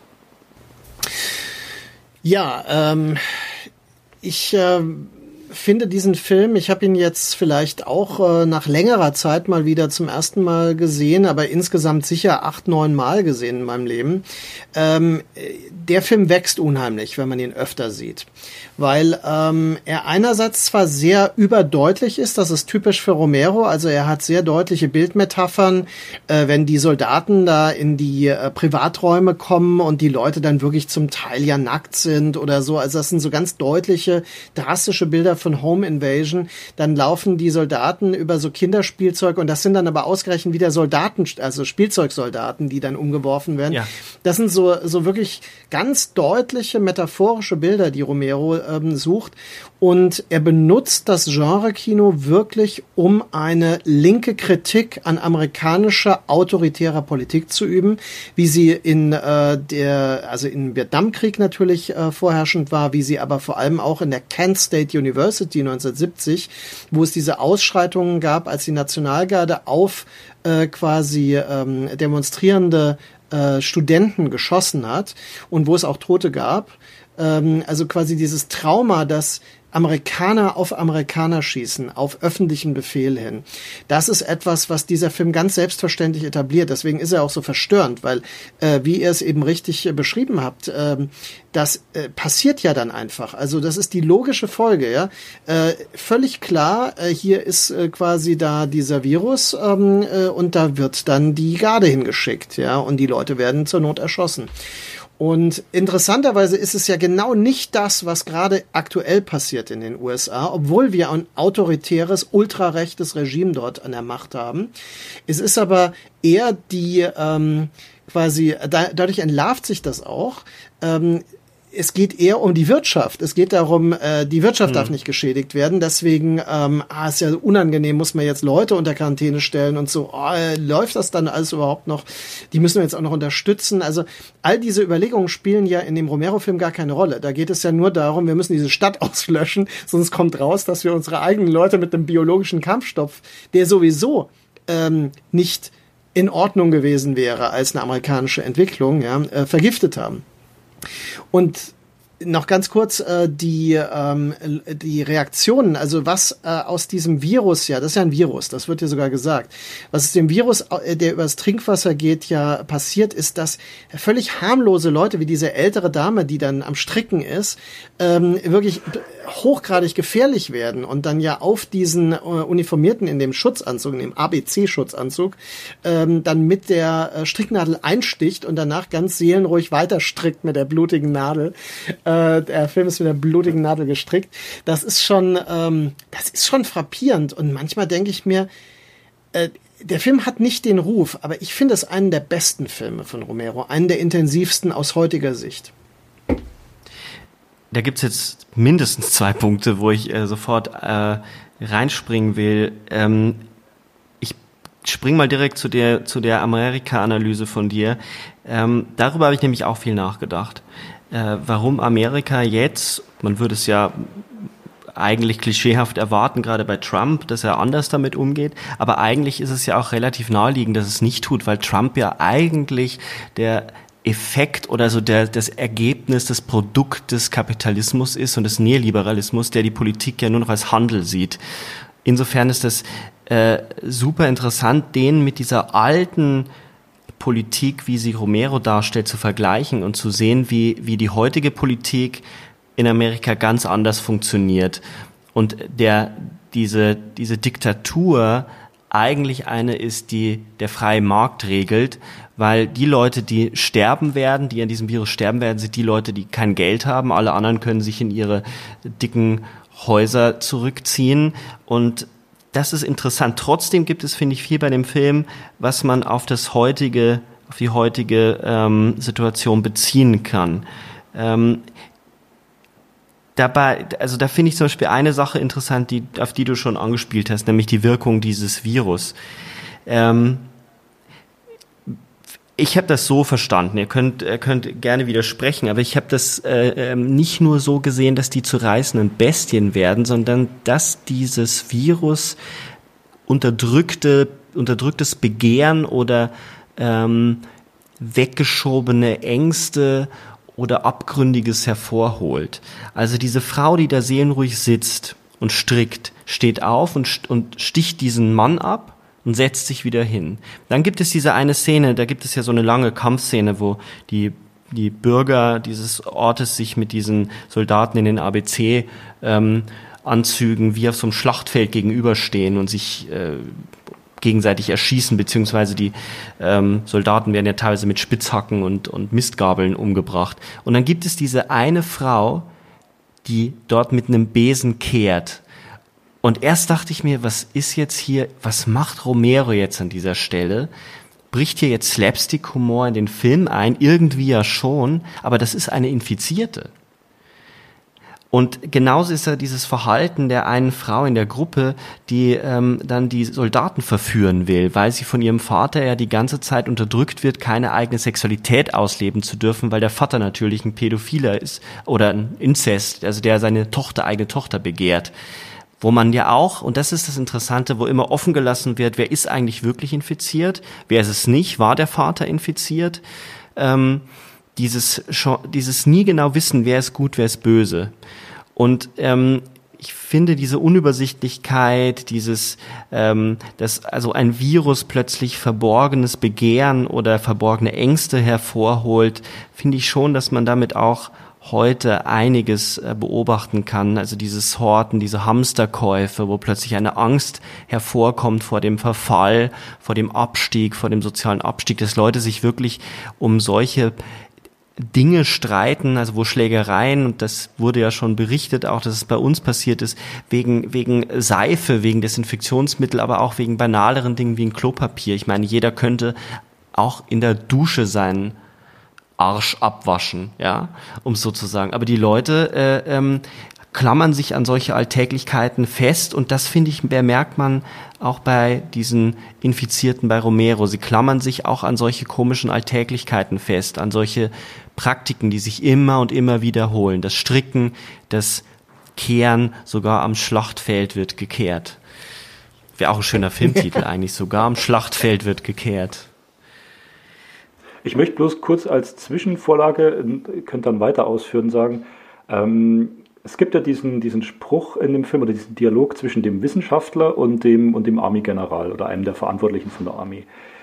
Ja, ich finde diesen Film, ich habe ihn jetzt vielleicht auch nach längerer Zeit mal wieder zum ersten Mal gesehen, aber insgesamt sicher 8, 9 Mal gesehen in meinem Leben. Der Film wächst unheimlich, wenn man ihn öfter sieht, weil er einerseits zwar sehr überdeutlich ist, das ist typisch für Romero, also er hat sehr deutliche Bildmetaphern, wenn die Soldaten da in die Privaträume kommen und die Leute dann wirklich zum Teil ja nackt sind oder so, also das sind so ganz deutliche, drastische Bilder von Home Invasion, dann laufen die Soldaten über so Kinderspielzeug und das sind dann aber ausgerechnet wieder Soldaten, also Spielzeugsoldaten, die dann umgeworfen werden. Ja. Das sind so wirklich ganz deutliche metaphorische Bilder, die Romero sucht, und er benutzt das Genre-Kino wirklich, um eine linke Kritik an amerikanischer autoritärer Politik zu üben, wie sie in im Vietnamkrieg natürlich vorherrschend war, wie sie aber vor allem auch in der Kent State University 1970, wo es diese Ausschreitungen gab, als die Nationalgarde auf demonstrierende Studenten geschossen hat und wo es auch Tote gab. Also quasi dieses Trauma, dass Amerikaner auf Amerikaner schießen, auf öffentlichen Befehl hin. Das ist etwas, was dieser Film ganz selbstverständlich etabliert. Deswegen ist er auch so verstörend, weil, wie ihr es eben richtig beschrieben habt, das passiert ja dann einfach. Also das ist die logische Folge, ja. Völlig klar, hier ist quasi da dieser Virus und da wird dann die Garde hingeschickt, ja, und die Leute werden zur Not erschossen. Und interessanterweise ist es ja genau nicht das, was gerade aktuell passiert in den USA, obwohl wir ein autoritäres, ultrarechtes Regime dort an der Macht haben. Es ist aber eher dadurch entlarvt sich das auch. Es geht eher um die Wirtschaft. Es geht darum, die Wirtschaft darf nicht geschädigt werden. Deswegen ist ja unangenehm, muss man jetzt Leute unter Quarantäne stellen und so. Läuft das dann alles überhaupt noch? Die müssen wir jetzt auch noch unterstützen. Also all diese Überlegungen spielen ja in dem Romero-Film gar keine Rolle. Da geht es ja nur darum, wir müssen diese Stadt auslöschen, sonst kommt raus, dass wir unsere eigenen Leute mit einem biologischen Kampfstoff, der sowieso nicht in Ordnung gewesen wäre als eine amerikanische Entwicklung, ja, vergiftet haben. Und noch ganz kurz die Reaktionen, also was aus diesem Virus, ja, das ist ja ein Virus, das wird ja sogar gesagt, was aus dem Virus, der übers Trinkwasser geht, ja passiert, ist, dass völlig harmlose Leute wie diese ältere Dame, die dann am Stricken ist, wirklich hochgradig gefährlich werden und dann ja auf diesen Uniformierten in dem Schutzanzug, in dem ABC-Schutzanzug, dann mit der Stricknadel einsticht und danach ganz seelenruhig weiter strickt mit der blutigen Nadel. Der Film ist mit der blutigen Nadel gestrickt. Das ist schon frappierend. Und manchmal denke ich mir, der Film hat nicht den Ruf, aber ich finde es einen der besten Filme von Romero, einen der intensivsten aus heutiger Sicht. Da gibt's jetzt mindestens 2 Punkte, wo ich sofort reinspringen will. Ich spring mal direkt zu der Amerika-Analyse von dir. Darüber habe ich nämlich auch viel nachgedacht. Warum Amerika jetzt, man würde es ja eigentlich klischeehaft erwarten, gerade bei Trump, dass er anders damit umgeht, aber eigentlich ist es ja auch relativ naheliegend, dass es nicht tut, weil Trump ja eigentlich der Effekt oder so das Ergebnis, das Produkt des Kapitalismus ist und des Neoliberalismus, der die Politik ja nur noch als Handel sieht. Insofern ist das super interessant, den mit dieser alten Politik, wie sie Romero darstellt, zu vergleichen und zu sehen, wie die heutige Politik in Amerika ganz anders funktioniert und diese Diktatur eigentlich eine ist, die der freie Markt regelt, weil die Leute, die sterben werden, die an diesem Virus sterben werden, sind die Leute, die kein Geld haben. Alle anderen können sich in ihre dicken Häuser zurückziehen, und das ist interessant. Trotzdem gibt es, finde ich, viel bei dem Film, was man auf die heutige Situation beziehen kann. Dabei, also da finde ich zum Beispiel eine Sache interessant, auf die du schon angespielt hast, nämlich die Wirkung dieses Virus. Ich habe das so verstanden, ihr könnt gerne widersprechen, aber ich habe das nicht nur so gesehen, dass die zu reißenden Bestien werden, sondern dass dieses Virus unterdrücktes Begehren oder weggeschobene Ängste oder Abgründiges hervorholt. Also diese Frau, die da seelenruhig sitzt und strickt, steht auf und sticht diesen Mann ab und setzt sich wieder hin. Dann gibt es diese eine Szene, da gibt es ja so eine lange Kampfszene, wo die Bürger dieses Ortes sich mit diesen Soldaten in den ABC-Anzügen wie auf so einem Schlachtfeld gegenüberstehen und sich gegenseitig erschießen, beziehungsweise die Soldaten werden ja teilweise mit Spitzhacken und Mistgabeln umgebracht. Und dann gibt es diese eine Frau, die dort mit einem Besen kehrt. Und erst dachte ich mir, was macht Romero jetzt an dieser Stelle? Bricht hier jetzt Slapstick-Humor in den Film ein? Irgendwie ja schon, aber das ist eine Infizierte. Und genauso ist ja dieses Verhalten der einen Frau in der Gruppe, die dann die Soldaten verführen will, weil sie von ihrem Vater ja die ganze Zeit unterdrückt wird, keine eigene Sexualität ausleben zu dürfen, weil der Vater natürlich ein Pädophiler ist oder ein Inzest, also der seine eigene Tochter begehrt. Wo man ja auch, und das ist das Interessante, wo immer offen gelassen wird, wer ist eigentlich wirklich infiziert, wer ist es nicht, war der Vater infiziert, dieses nie genau wissen, wer ist gut, wer ist böse. Und ich finde diese Unübersichtlichkeit, dass also ein Virus plötzlich verborgenes Begehren oder verborgene Ängste hervorholt, finde ich schon, dass man damit auch heute einiges beobachten kann. Also dieses Horten, diese Hamsterkäufe, wo plötzlich eine Angst hervorkommt vor dem Verfall, vor dem Abstieg, vor dem sozialen Abstieg, dass Leute sich wirklich um solche Dinge streiten, also wo Schlägereien, und das wurde ja schon berichtet, auch dass es bei uns passiert ist, wegen Seife, wegen Desinfektionsmittel, aber auch wegen banaleren Dingen wie ein Klopapier. Ich meine, jeder könnte auch in der Dusche seinen Arsch abwaschen, ja, um es so zu sagen. Aber die Leute klammern sich an solche Alltäglichkeiten fest, und das, finde ich, bemerkt man auch bei diesen Infizierten bei Romero. Sie klammern sich auch an solche komischen Alltäglichkeiten fest, an solche Praktiken, die sich immer und immer wiederholen. Das Stricken, das Kehren, sogar am Schlachtfeld wird gekehrt. Wäre auch ein schöner Filmtitel eigentlich, sogar am Schlachtfeld wird gekehrt. Ich möchte bloß kurz als Zwischenvorlage, könnt dann weiter ausführen, sagen, es gibt ja diesen Spruch in dem Film oder diesen Dialog zwischen dem Wissenschaftler und dem Army-General oder einem der Verantwortlichen von der Army.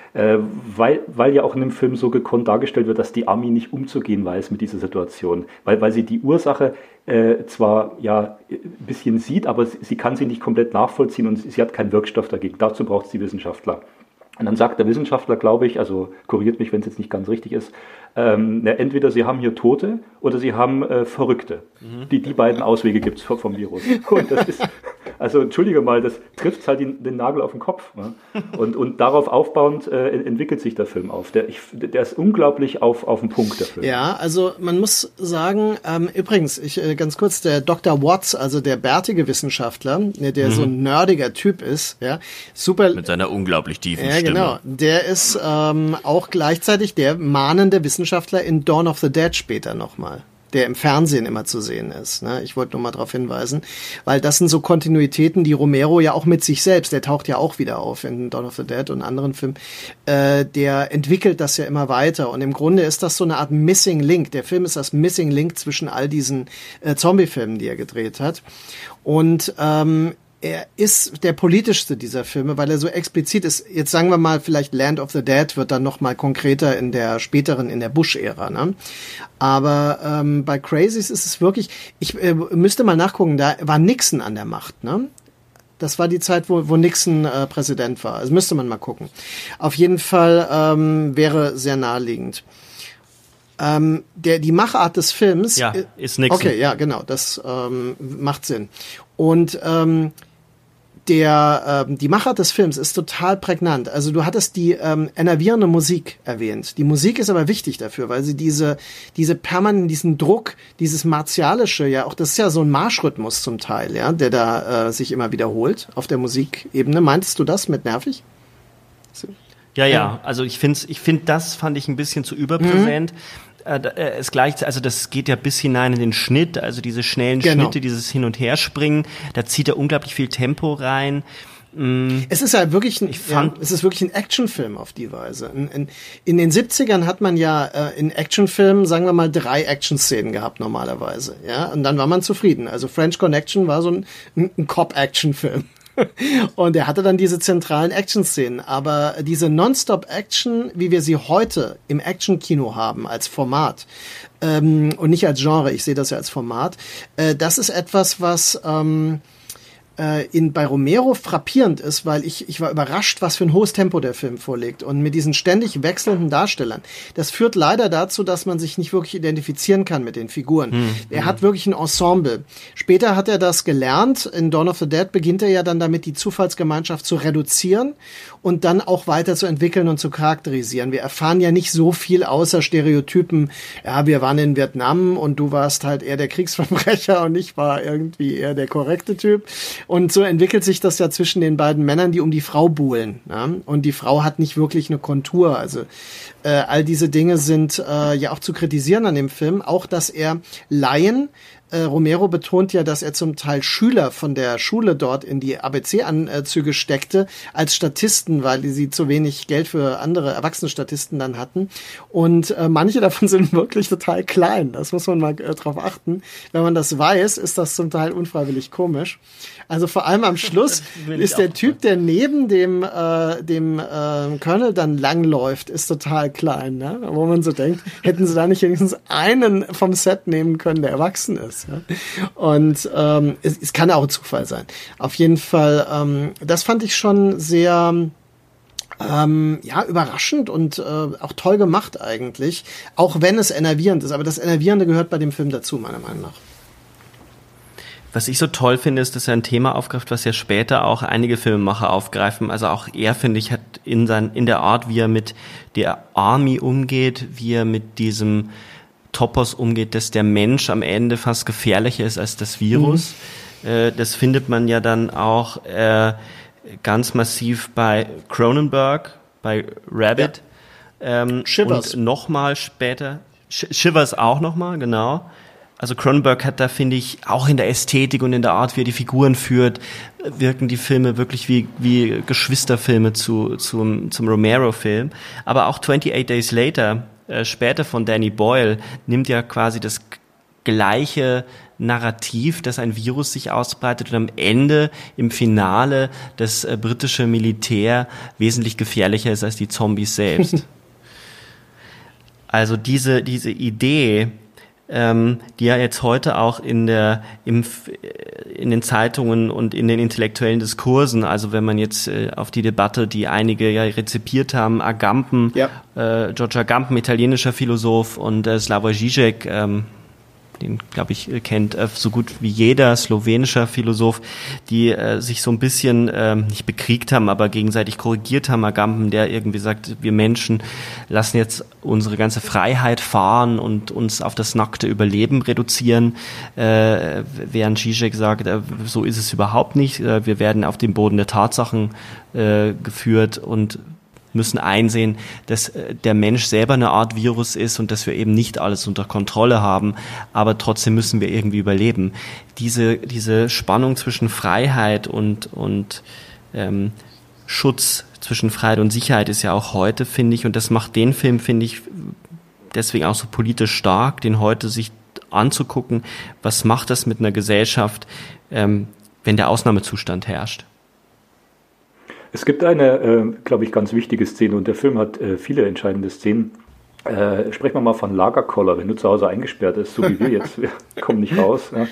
Weil ja auch in dem Film so gekonnt dargestellt wird, dass die Army nicht umzugehen weiß mit dieser Situation. Weil sie die Ursache zwar ja ein bisschen sieht, aber sie kann sie nicht komplett nachvollziehen und sie hat keinen Wirkstoff dagegen. Dazu braucht es die Wissenschaftler. Und dann sagt der Wissenschaftler, glaube ich, also korrigiert mich, wenn es jetzt nicht ganz richtig ist, entweder sie haben hier Tote oder sie haben Verrückte. Die beiden Auswege gibt es vom Virus. Und das ist, also entschuldige mal, das trifft halt den Nagel auf den Kopf. Ne? Und darauf aufbauend entwickelt sich der Film auf. Der ist unglaublich auf den Punkt, der Film. Ja, also man muss sagen, übrigens, ganz kurz, der Dr. Watts, also der bärtige Wissenschaftler, der so ein nerdiger Typ ist, ja, super. Mit seiner unglaublich tiefen Stimme. Genau. Der ist auch gleichzeitig der mahnende Wissenschaftler in Dawn of the Dead später nochmal, der im Fernsehen immer zu sehen ist. Ne? Ich wollte nur mal darauf hinweisen, weil das sind so Kontinuitäten, die Romero ja auch mit sich selbst, der taucht ja auch wieder auf in Dawn of the Dead und anderen Filmen, der entwickelt das ja immer weiter, und im Grunde ist das so eine Art Missing Link. Der Film ist das Missing Link zwischen all diesen Zombie-Filmen, die er gedreht hat, und er ist der politischste dieser Filme, weil er so explizit ist. Jetzt sagen wir mal, vielleicht Land of the Dead wird dann noch mal konkreter in der Bush-Ära. Ne? Aber bei Crazies ist es wirklich, ich müsste mal nachgucken, da war Nixon an der Macht. Ne? Das war die Zeit, wo Nixon Präsident war. Also müsste man mal gucken. Auf jeden Fall wäre sehr naheliegend. Die Machart des Films... Ja, ist Nixon. Okay, ja, genau, das macht Sinn. Und die Machart des Films ist total prägnant. Also du hattest die enervierende Musik erwähnt. Die Musik ist aber wichtig dafür, weil sie diese permanenten, diesen Druck, dieses Martialische, ja, auch das ist ja so ein Marschrhythmus zum Teil, ja, der da sich immer wiederholt auf der Musikebene. Meintest du das mit nervig? Ja. Also ich finde, das fand ich ein bisschen zu überpräsent. Also das geht ja bis hinein in den Schnitt, also diese schnellen Schnitte, dieses Hin- und Herspringen, da zieht er unglaublich viel Tempo rein. Es ist ja wirklich ein Actionfilm auf die Weise. In den 70ern hat man ja in Actionfilmen, sagen wir mal, 3 Actionszenen gehabt normalerweise, ja, und dann war man zufrieden. Also French Connection war so ein Cop-Action-Film. Und er hatte dann diese zentralen Action-Szenen. Aber diese Non-Stop-Action, wie wir sie heute im Action-Kino haben, als Format, und nicht als Genre, ich sehe das ja als Format, das ist etwas, was bei Romero frappierend ist, weil ich war überrascht, was für ein hohes Tempo der Film vorlegt. Und mit diesen ständig wechselnden Darstellern. Das führt leider dazu, dass man sich nicht wirklich identifizieren kann mit den Figuren. Er hat wirklich ein Ensemble. Später hat er das gelernt. In Dawn of the Dead beginnt er ja dann damit, die Zufallsgemeinschaft zu reduzieren und dann auch weiter zu entwickeln und zu charakterisieren. Wir erfahren ja nicht so viel außer Stereotypen. Ja, wir waren in Vietnam und du warst halt eher der Kriegsverbrecher und ich war irgendwie eher der korrekte Typ. Und so entwickelt sich das ja zwischen den beiden Männern, die um die Frau buhlen. Ja? Und die Frau hat nicht wirklich eine Kontur. Also all diese Dinge sind ja auch zu kritisieren an dem Film. Auch, dass er Laien, Romero betont ja, dass er zum Teil Schüler von der Schule dort in die ABC-Anzüge steckte als Statisten, weil sie zu wenig Geld für andere Erwachsene-Statisten dann hatten. Und manche davon sind wirklich total klein. Das muss man mal drauf achten. Wenn man das weiß, ist das zum Teil unfreiwillig komisch. Also vor allem am Schluss ist der Typ, der neben dem Colonel dann langläuft, ist total klein, ne? Wo man so denkt, hätten sie da nicht wenigstens einen vom Set nehmen können, der erwachsen ist. Ja? Und es kann auch ein Zufall sein. Auf jeden Fall, das fand ich schon sehr überraschend und auch toll gemacht eigentlich, auch wenn es enervierend ist. Aber das Enervierende gehört bei dem Film dazu, meiner Meinung nach. Was ich so toll finde, ist, dass er ein Thema aufgreift, was ja später auch einige Filmemacher aufgreifen. Also auch er, finde ich, hat in der Art, wie er mit der Army umgeht, wie er mit diesem Topos umgeht, dass der Mensch am Ende fast gefährlicher ist als das Virus. Das findet man ja dann auch ganz massiv bei Cronenberg, bei Rabbit. Ja. Shivers. Und nochmal später, Shivers auch nochmal, genau. Also Cronenberg hat da, finde ich, auch in der Ästhetik und in der Art, wie er die Figuren führt, wirken die Filme wirklich wie Geschwisterfilme zum Romero-Film. Aber auch 28 Days Later, später von Danny Boyle, nimmt ja quasi das gleiche Narrativ, dass ein Virus sich ausbreitet und am Ende, im Finale, das britische Militär wesentlich gefährlicher ist als die Zombies selbst. Also diese Idee, die ja jetzt heute auch in den Zeitungen und in den intellektuellen Diskursen, also wenn man jetzt auf die Debatte, die einige ja rezipiert haben, Agamben, George Agamben, italienischer Philosoph, und Slavoj Žižek, den, glaube ich, kennt so gut wie jeder, slowenischer Philosoph, die sich so ein bisschen nicht bekriegt haben, aber gegenseitig korrigiert haben. Agamben, der irgendwie sagt, wir Menschen lassen jetzt unsere ganze Freiheit fahren und uns auf das nackte Überleben reduzieren, während Žižek sagt, so ist es überhaupt nicht. Wir werden auf den Boden der Tatsachen geführt und müssen einsehen, dass der Mensch selber eine Art Virus ist und dass wir eben nicht alles unter Kontrolle haben, aber trotzdem müssen wir irgendwie überleben. Diese Spannung zwischen Freiheit und Schutz, zwischen Freiheit und Sicherheit ist ja auch heute, finde ich, und das macht den Film, finde ich, deswegen auch so politisch stark, den heute sich anzugucken, was macht das mit einer Gesellschaft, wenn der Ausnahmezustand herrscht. Es gibt eine, glaube ich, ganz wichtige Szene, und der Film hat viele entscheidende Szenen. Sprechen wir mal von Lagerkoller, wenn du zu Hause eingesperrt bist, so wie wir jetzt, wir kommen nicht raus. Ja.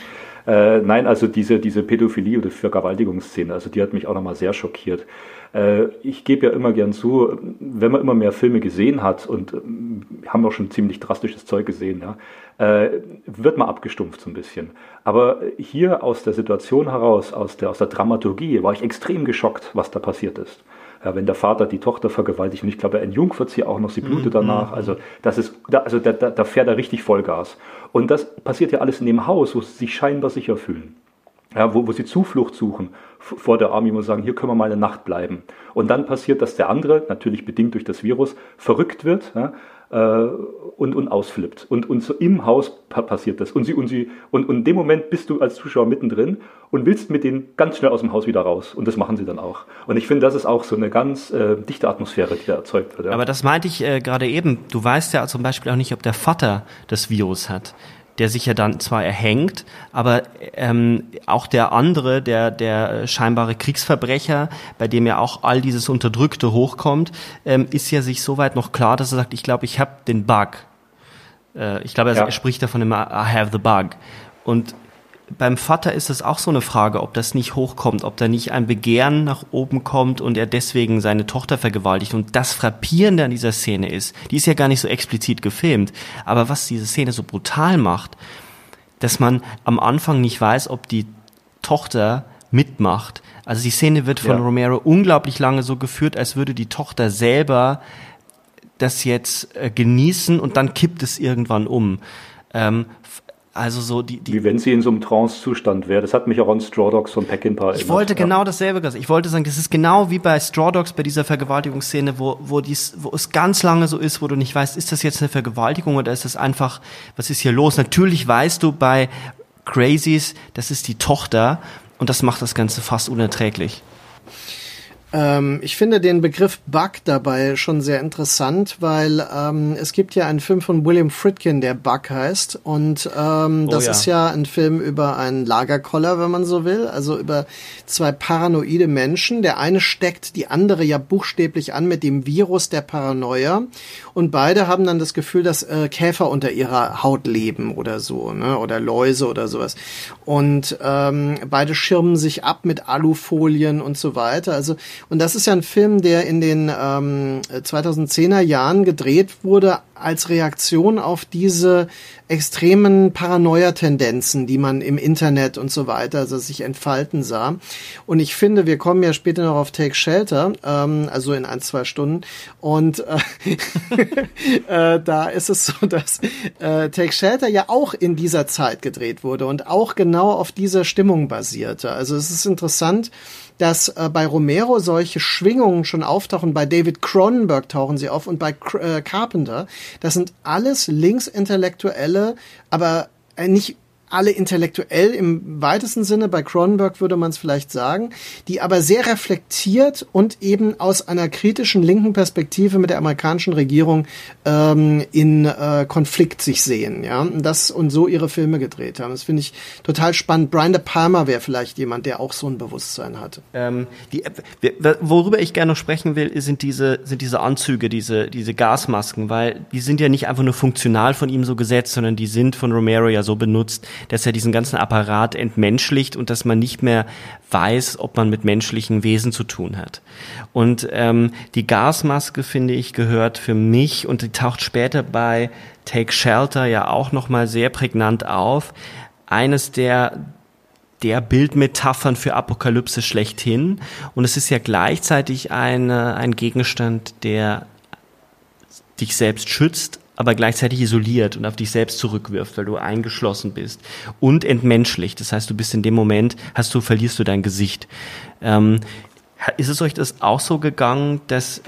Nein, also diese Pädophilie oder Vergewaltigungsszene, also die hat mich auch nochmal sehr schockiert. Ich gebe ja immer gern zu, wenn man immer mehr Filme gesehen hat und haben auch schon ziemlich drastisches Zeug gesehen, ja, wird man abgestumpft so ein bisschen. Aber hier aus der Situation heraus, aus der Dramaturgie, war ich extrem geschockt, was da passiert ist. Ja, wenn der Vater die Tochter vergewaltigt und ich glaube, er entjungfert sie auch noch, sie blutet danach. Also da fährt er richtig Vollgas. Und das passiert ja alles in dem Haus, wo sie sich scheinbar sicher fühlen. Ja, wo sie Zuflucht suchen vor der Army und sagen, hier können wir mal eine Nacht bleiben. Und dann passiert, dass der andere, natürlich bedingt durch das Virus, verrückt wird, ja, und ausflippt. Und so im Haus passiert das. Und in dem Moment bist du als Zuschauer mittendrin und willst mit denen ganz schnell aus dem Haus wieder raus. Und das machen sie dann auch. Und ich finde, das ist auch so eine ganz dichte Atmosphäre, die da erzeugt wird. Ja. Aber das meinte ich gerade eben. Du weißt ja zum Beispiel auch nicht, ob der Vater das Virus hat, der sich ja dann zwar erhängt, aber auch der andere, der scheinbare Kriegsverbrecher, bei dem ja auch all dieses Unterdrückte hochkommt, ist ja sich soweit noch klar, dass er sagt, ich glaube, ich habe den Bug. Ich glaube, er spricht davon immer, I have the bug. Und beim Vater ist es auch so eine Frage, ob das nicht hochkommt, ob da nicht ein Begehren nach oben kommt und er deswegen seine Tochter vergewaltigt. Und das Frappierende an dieser Szene ist, die ist ja gar nicht so explizit gefilmt, aber was diese Szene so brutal macht, dass man am Anfang nicht weiß, ob die Tochter mitmacht. Also die Szene wird von Romero unglaublich lange so geführt, als würde die Tochter selber das jetzt genießen und dann kippt es irgendwann um. Also so wie wenn sie in so einem Trance-Zustand wäre. Das hat mich auch an Straw Dogs von Peckinpah erinnert. Ich wollte genau dasselbe sagen. Ich wollte sagen, das ist genau wie bei Straw Dogs, bei dieser Vergewaltigungsszene, wo es ganz lange so ist, wo du nicht weißt, ist das jetzt eine Vergewaltigung oder ist das einfach, was ist hier los? Natürlich weißt du bei Crazies, das ist die Tochter und das macht das Ganze fast unerträglich. Ich finde den Begriff Bug dabei schon sehr interessant, weil es gibt ja einen Film von William Friedkin, der Bug heißt. Und das ist ja ein Film über einen Lagerkoller, wenn man so will. Also über zwei paranoide Menschen. Der eine steckt die andere ja buchstäblich an mit dem Virus der Paranoia. Und beide haben dann das Gefühl, dass Käfer unter ihrer Haut leben oder so, ne? Oder Läuse oder sowas. Und beide schirmen sich ab mit Alufolien und so weiter. Also und das ist ja ein Film, der in den 2010er Jahren gedreht wurde als Reaktion auf diese extremen Paranoia-Tendenzen, die man im Internet und so weiter also sich entfalten sah. Und ich finde, wir kommen ja später noch auf Take Shelter, also in 1-2 Stunden. Und da ist es so, dass Take Shelter ja auch in dieser Zeit gedreht wurde und auch genau auf dieser Stimmung basierte. Also es ist interessant, dass bei Romero solche Schwingungen schon auftauchen, bei David Cronenberg tauchen sie auf und bei Carpenter. Das sind alles Linksintellektuelle, aber nicht alle intellektuell im weitesten Sinne, bei Cronenberg würde man es vielleicht sagen, die aber sehr reflektiert und eben aus einer kritischen linken Perspektive mit der amerikanischen Regierung in Konflikt sich sehen, ja, und so ihre Filme gedreht haben. Das finde ich total spannend. Brian De Palma wäre vielleicht jemand, der auch so ein Bewusstsein hatte. Worüber ich gerne noch sprechen will, sind diese Anzüge, diese Gasmasken, weil die sind ja nicht einfach nur funktional von ihm so gesetzt, sondern die sind von Romero ja so benutzt, dass er diesen ganzen Apparat entmenschlicht und dass man nicht mehr weiß, ob man mit menschlichen Wesen zu tun hat. Und die Gasmaske, finde ich, gehört für mich, und die taucht später bei Take Shelter ja auch nochmal sehr prägnant auf, eines der Bildmetaphern für Apokalypse schlechthin. Und es ist ja gleichzeitig ein Gegenstand, der dich selbst schützt, aber gleichzeitig isoliert und auf dich selbst zurückwirft, weil du eingeschlossen bist und entmenschlicht. Das heißt, du bist in dem Moment, verlierst du dein Gesicht. Ist es euch das auch so gegangen, dass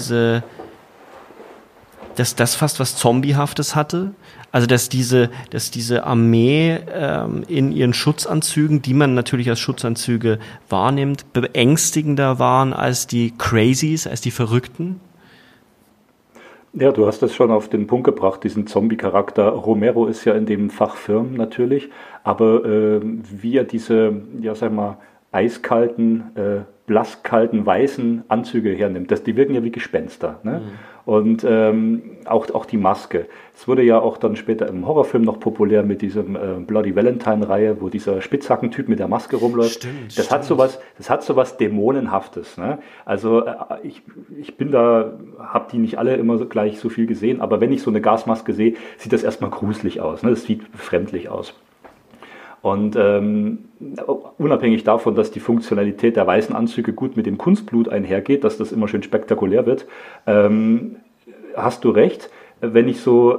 das fast was Zombiehaftes hatte? Also, dass diese Armee in ihren Schutzanzügen, die man natürlich als Schutzanzüge wahrnimmt, beängstigender waren als die Crazies, als die Verrückten? Ja, du hast das schon auf den Punkt gebracht, diesen Zombie-Charakter. Romero ist ja in dem Fach firm natürlich, aber wie er diese, ja sag mal, eiskalten blasskalten, weißen Anzüge hernimmt. Die wirken ja wie Gespenster. Ne? Und auch die Maske. Es wurde ja auch dann später im Horrorfilm noch populär mit diesem Bloody Valentine-Reihe, wo dieser Spitzhackentyp mit der Maske rumläuft. Stimmt. Das hat sowas Dämonenhaftes. Ne? Also ich bin da, habe die nicht alle immer gleich so viel gesehen, aber wenn ich so eine Gasmaske sehe, sieht das erstmal gruselig aus. Ne? Das sieht befremdlich aus. Und unabhängig davon, dass die Funktionalität der weißen Anzüge gut mit dem Kunstblut einhergeht, dass das immer schön spektakulär wird, hast du recht, wenn ich so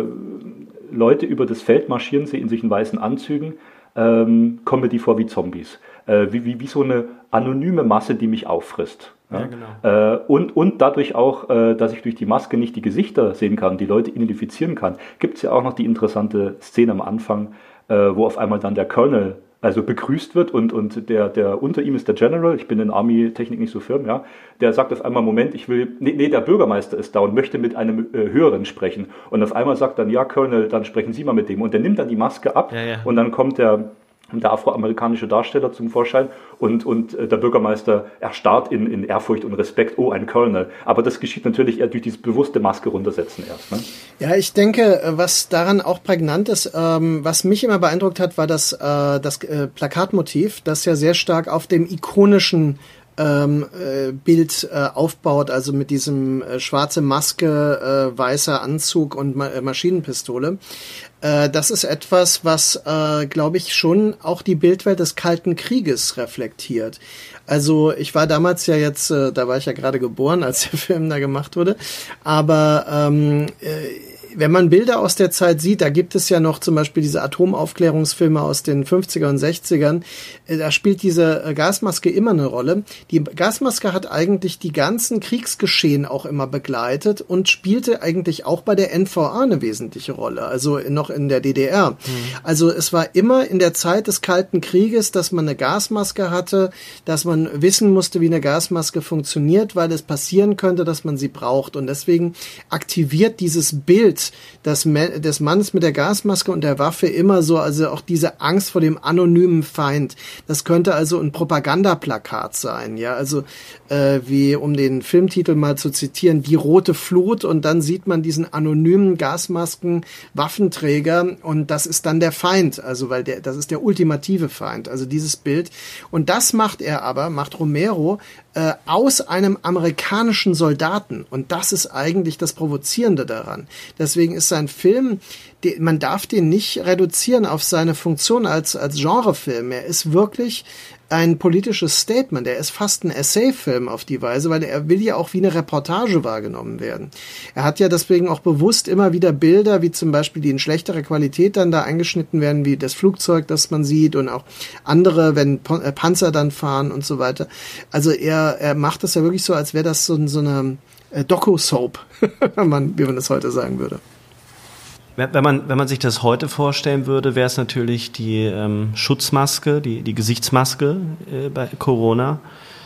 Leute über das Feld marschieren sehe in solchen weißen Anzügen, kommen mir die vor wie Zombies. Wie so eine anonyme Masse, die mich auffrisst. Ja, genau. Und dadurch auch, dass ich durch die Maske nicht die Gesichter sehen kann, die Leute identifizieren kann, gibt es ja auch noch die interessante Szene am Anfang, wo auf einmal dann der Colonel also begrüßt wird und der unter ihm ist der General, ich bin in Army-Technik nicht so firm, ja, der sagt auf einmal, Moment, der Bürgermeister ist da und möchte mit einem Höheren sprechen. Und auf einmal sagt dann, ja, Colonel, dann sprechen Sie mal mit dem. Und der nimmt dann die Maske ab und dann kommt der afroamerikanische Darsteller zum Vorschein und der Bürgermeister erstarrt in Ehrfurcht und Respekt, oh, ein Colonel. Aber das geschieht natürlich eher durch dieses bewusste Maske runtersetzen erst. Ne? Ja, ich denke, was daran auch prägnant ist, was mich immer beeindruckt hat, war das Plakatmotiv, das ja sehr stark auf dem ikonischen Bild aufbaut, also mit diesem schwarze Maske, weißer Anzug und Maschinenpistole. Das ist etwas, was, glaube ich, schon auch die Bildwelt des Kalten Krieges reflektiert. Also ich war damals ja jetzt, da war ich ja gerade geboren, als der Film da gemacht wurde, aber wenn man Bilder aus der Zeit sieht, da gibt es ja noch zum Beispiel diese Atomaufklärungsfilme aus den 50er und 60ern, da spielt diese Gasmaske immer eine Rolle. Die Gasmaske hat eigentlich die ganzen Kriegsgeschehen auch immer begleitet und spielte eigentlich auch bei der NVA eine wesentliche Rolle, also noch in der DDR. Also es war immer in der Zeit des Kalten Krieges, dass man eine Gasmaske hatte, dass man wissen musste, wie eine Gasmaske funktioniert, weil es passieren könnte, dass man sie braucht. Und deswegen aktiviert dieses Bild des Mannes mit der Gasmaske und der Waffe immer so, also auch diese Angst vor dem anonymen Feind. Das könnte also ein Propagandaplakat sein, ja, also wie, um den Filmtitel mal zu zitieren, die rote Flut, und dann sieht man diesen anonymen Gasmasken-Waffenträger und das ist dann der Feind, also weil das ist der ultimative Feind, also dieses Bild. Und das macht Romero aus einem amerikanischen Soldaten, und das ist eigentlich das Provozierende daran. Deswegen ist sein Film, man darf den nicht reduzieren auf seine Funktion als Genrefilm. Er ist wirklich ein politisches Statement. Er ist fast ein Essayfilm auf die Weise, weil er will ja auch wie eine Reportage wahrgenommen werden. Er hat ja deswegen auch bewusst immer wieder Bilder, wie zum Beispiel, die in schlechterer Qualität dann da eingeschnitten werden, wie das Flugzeug, das man sieht, und auch andere, wenn Panzer dann fahren und so weiter. Also er macht das ja wirklich so, als wäre das so eine Doku-Soap, wie man das heute sagen würde. Wenn man sich das heute vorstellen würde, wäre es natürlich die Schutzmaske, die Gesichtsmaske bei Corona.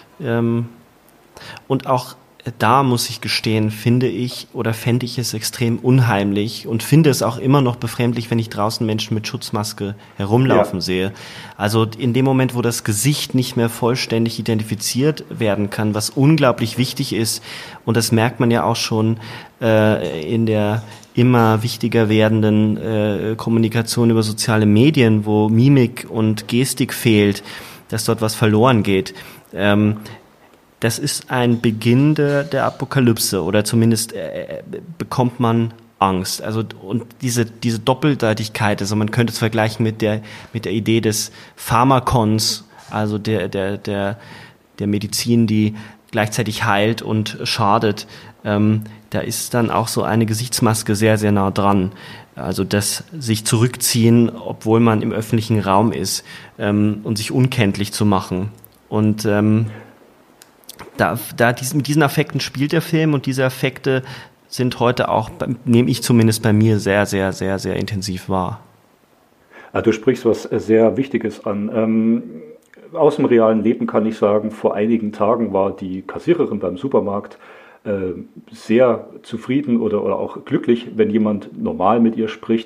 Und auch da muss ich gestehen, fände ich es extrem unheimlich und finde es auch immer noch befremdlich, wenn ich draußen Menschen mit Schutzmaske herumlaufen sehe. Also in dem Moment, wo das Gesicht nicht mehr vollständig identifiziert werden kann, was unglaublich wichtig ist, und das merkt man ja auch schon in der immer wichtiger werdenden Kommunikation über soziale Medien, wo Mimik und Gestik fehlt, dass dort was verloren geht. Das ist ein Beginn der Apokalypse, oder zumindest bekommt man Angst. Also, und diese Doppelseitigkeit, also man könnte es vergleichen mit der Idee des Pharmakons, also der Medizin, die gleichzeitig heilt und schadet. Da ist dann auch so eine Gesichtsmaske sehr, sehr nah dran. Also das sich zurückziehen, obwohl man im öffentlichen Raum ist, und sich unkenntlich zu machen. Und mit diesen Affekten spielt der Film, und diese Affekte sind heute auch, nehme ich zumindest bei mir, sehr, sehr, sehr, sehr intensiv wahr. Du sprichst was sehr Wichtiges an. Aus dem realen Leben kann ich sagen, vor einigen Tagen war die Kassiererin beim Supermarkt sehr zufrieden oder auch glücklich, wenn jemand normal mit ihr spricht.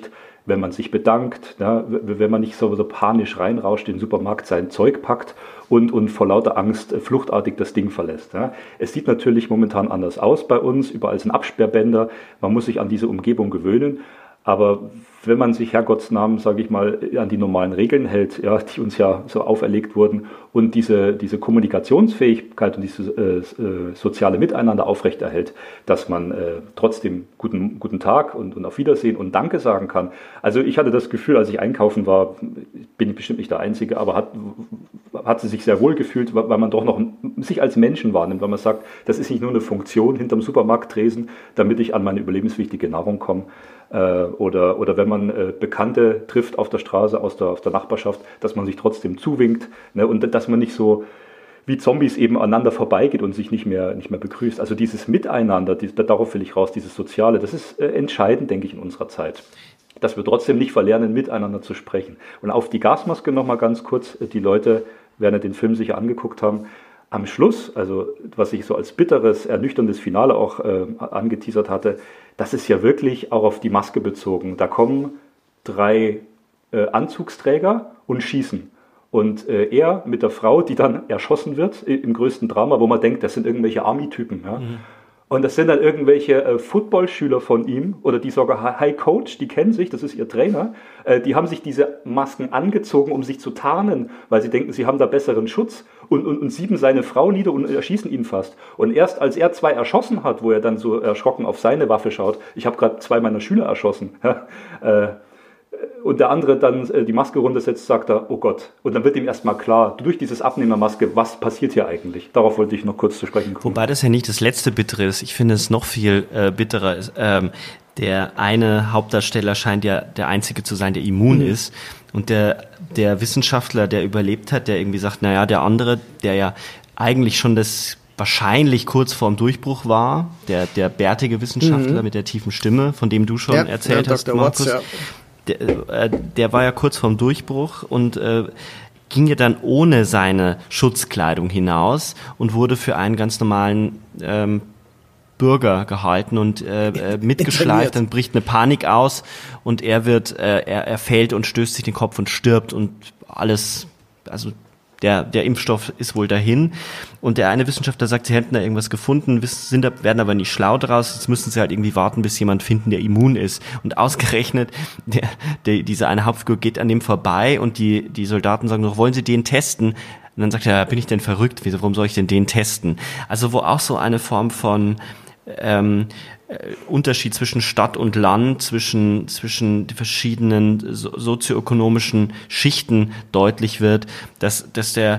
wenn man sich bedankt, ja, wenn man nicht so panisch reinrauscht, in den Supermarkt sein Zeug packt und vor lauter Angst fluchtartig das Ding verlässt. Ja. Es sieht natürlich momentan anders aus bei uns, überall sind Absperrbänder, man muss sich an diese Umgebung gewöhnen, aber wenn man sich Herrgottsnamen, sage ich mal, an die normalen Regeln hält, ja, die uns ja so auferlegt wurden und diese Kommunikationsfähigkeit und dieses soziale Miteinander aufrechterhält, dass man trotzdem guten Tag und auf Wiedersehen und Danke sagen kann. Also ich hatte das Gefühl, als ich einkaufen war, bin ich bestimmt nicht der Einzige, aber hat sie sich sehr wohl gefühlt, weil man doch noch sich als Menschen wahrnimmt, weil man sagt, das ist nicht nur eine Funktion hinterm Supermarkttresen, damit ich an meine überlebenswichtige Nahrung komme. Oder wenn man Bekannte trifft auf der Straße aus der Nachbarschaft, dass man sich trotzdem zuwinkt, ne, und dass man nicht so wie Zombies eben aneinander vorbeigeht und sich nicht mehr begrüßt. Also dieses Miteinander, darauf will ich raus, dieses Soziale, das ist entscheidend, denke ich, in unserer Zeit. Dass wir trotzdem nicht verlernen, miteinander zu sprechen. Und auf die Gasmaske nochmal ganz kurz, die Leute werden den Film sicher angeguckt haben, am Schluss, also was ich so als bitteres, ernüchterndes Finale auch angeteasert hatte, das ist ja wirklich auch auf die Maske bezogen. Da kommen 3 Anzugsträger und schießen. Und er mit der Frau, die dann erschossen wird, im größten Drama, wo man denkt, das sind irgendwelche Army-Typen. Ja? Mhm. Und das sind dann irgendwelche Footballschüler von ihm oder die sogar High Coach, die kennen sich, das ist ihr Trainer, die haben sich diese Masken angezogen, um sich zu tarnen, weil sie denken, sie haben da besseren Schutz und sieben seine Frau nieder und erschießen ihn fast. Und erst als er 2 erschossen hat, wo er dann so erschrocken auf seine Waffe schaut, ich habe gerade 2 meiner Schüler erschossen, und der andere dann die Maske runtersetzt, sagt er, oh Gott. Und dann wird ihm erstmal klar, durch dieses Abnehmen der Maske, was passiert hier eigentlich? Darauf wollte ich noch kurz zu sprechen kommen. Wobei das ja nicht das letzte Bittere ist. Ich finde es noch viel bitterer. Der eine Hauptdarsteller scheint ja der Einzige zu sein, der immun ist. Und der Wissenschaftler, der überlebt hat, der irgendwie sagt, naja, der andere, der ja eigentlich schon das wahrscheinlich kurz vorm Durchbruch war, der bärtige Wissenschaftler mit der tiefen Stimme, von dem du schon erzählt hast, Dr. Markus. Watts, der war ja kurz vorm Durchbruch und ging ja dann ohne seine Schutzkleidung hinaus und wurde für einen ganz normalen Bürger gehalten und mitgeschleift, dann bricht eine Panik aus und er fällt und stößt sich den Kopf und stirbt und alles, also der Impfstoff ist wohl dahin. Und der eine Wissenschaftler sagt, sie hätten da irgendwas gefunden, werden aber nicht schlau draus. Jetzt müssen sie halt irgendwie warten, bis jemand finden, der immun ist. Und ausgerechnet, diese eine Hauptfigur geht an dem vorbei und die Soldaten sagen noch, wollen Sie den testen? Und dann sagt er, bin ich denn verrückt? Warum soll ich denn den testen? Also wo auch so eine Form von Unterschied zwischen Stadt und Land, zwischen den verschiedenen sozioökonomischen Schichten deutlich wird, dass der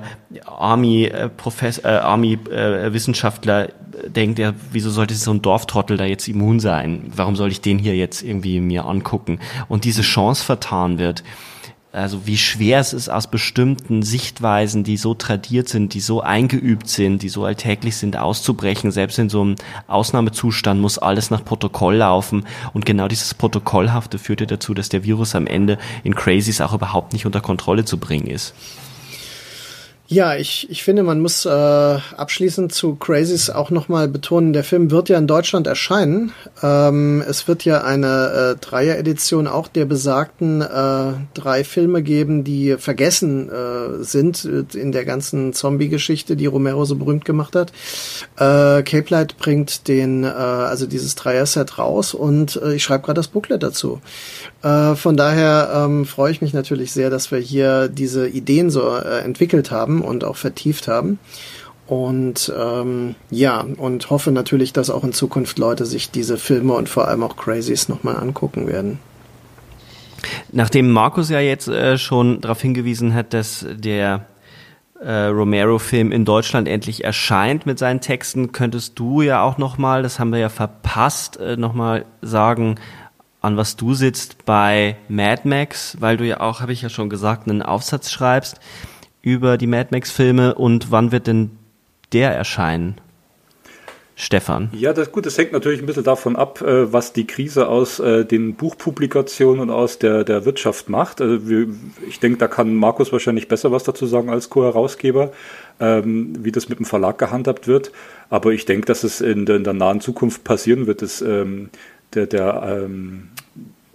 Wissenschaftler denkt, ja, wieso sollte so ein Dorftrottel da jetzt immun sein? Warum soll ich den hier jetzt irgendwie mir angucken? Und diese Chance vertan wird. Also wie schwer es ist, aus bestimmten Sichtweisen, die so tradiert sind, die so eingeübt sind, die so alltäglich sind, auszubrechen. Selbst in so einem Ausnahmezustand muss alles nach Protokoll laufen. Und genau dieses Protokollhafte führt ja dazu, dass der Virus am Ende in Crazies auch überhaupt nicht unter Kontrolle zu bringen ist. Ja, ich finde, man muss abschließend zu Crazies auch nochmal betonen, der Film wird ja in Deutschland erscheinen. Es wird ja eine Dreier-Edition auch der besagten 3 Filme geben, die vergessen sind in der ganzen Zombie-Geschichte, die Romero so berühmt gemacht hat. Cape Light bringt also dieses Dreier-Set raus und ich schreibe gerade das Booklet dazu. Von daher freue ich mich natürlich sehr, dass wir hier diese Ideen so entwickelt haben und auch vertieft haben. Und und hoffe natürlich, dass auch in Zukunft Leute sich diese Filme und vor allem auch Crazies nochmal angucken werden. Nachdem Markus ja jetzt schon darauf hingewiesen hat, dass der Romero-Film in Deutschland endlich erscheint mit seinen Texten, könntest du ja auch nochmal, das haben wir ja verpasst, nochmal sagen, an was du sitzt bei Mad Max, weil du ja auch, habe ich ja schon gesagt, einen Aufsatz schreibst über die Mad Max-Filme, und wann wird denn der erscheinen? Stefan? Ja, das hängt natürlich ein bisschen davon ab, was die Krise aus den Buchpublikationen und aus der Wirtschaft macht. Also ich denke, da kann Markus wahrscheinlich besser was dazu sagen als Co-Herausgeber, wie das mit dem Verlag gehandhabt wird. Aber ich denke, dass es in der nahen Zukunft passieren wird, dass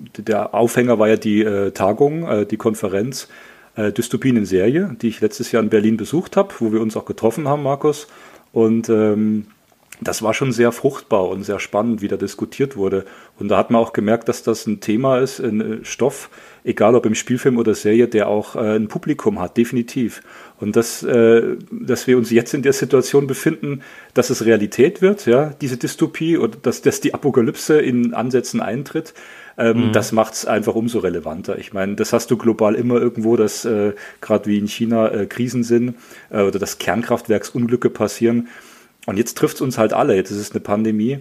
der Aufhänger war ja die Tagung, die Konferenz Dystopien in Serie, die ich letztes Jahr in Berlin besucht habe, wo wir uns auch getroffen haben, Markus. Und das war schon sehr fruchtbar und sehr spannend, wie da diskutiert wurde. Und da hat man auch gemerkt, dass das ein Thema ist, ein Stoff, egal ob im Spielfilm oder Serie, der auch ein Publikum hat, definitiv. Und dass wir uns jetzt in der Situation befinden, dass es Realität wird, ja, diese Dystopie, oder dass die Apokalypse in Ansätzen eintritt, das macht es einfach umso relevanter. Ich meine, das hast du global immer irgendwo, dass gerade wie in China Krisen sind oder dass Kernkraftwerksunglücke passieren. Und jetzt trifft es uns halt alle. Jetzt ist es eine Pandemie.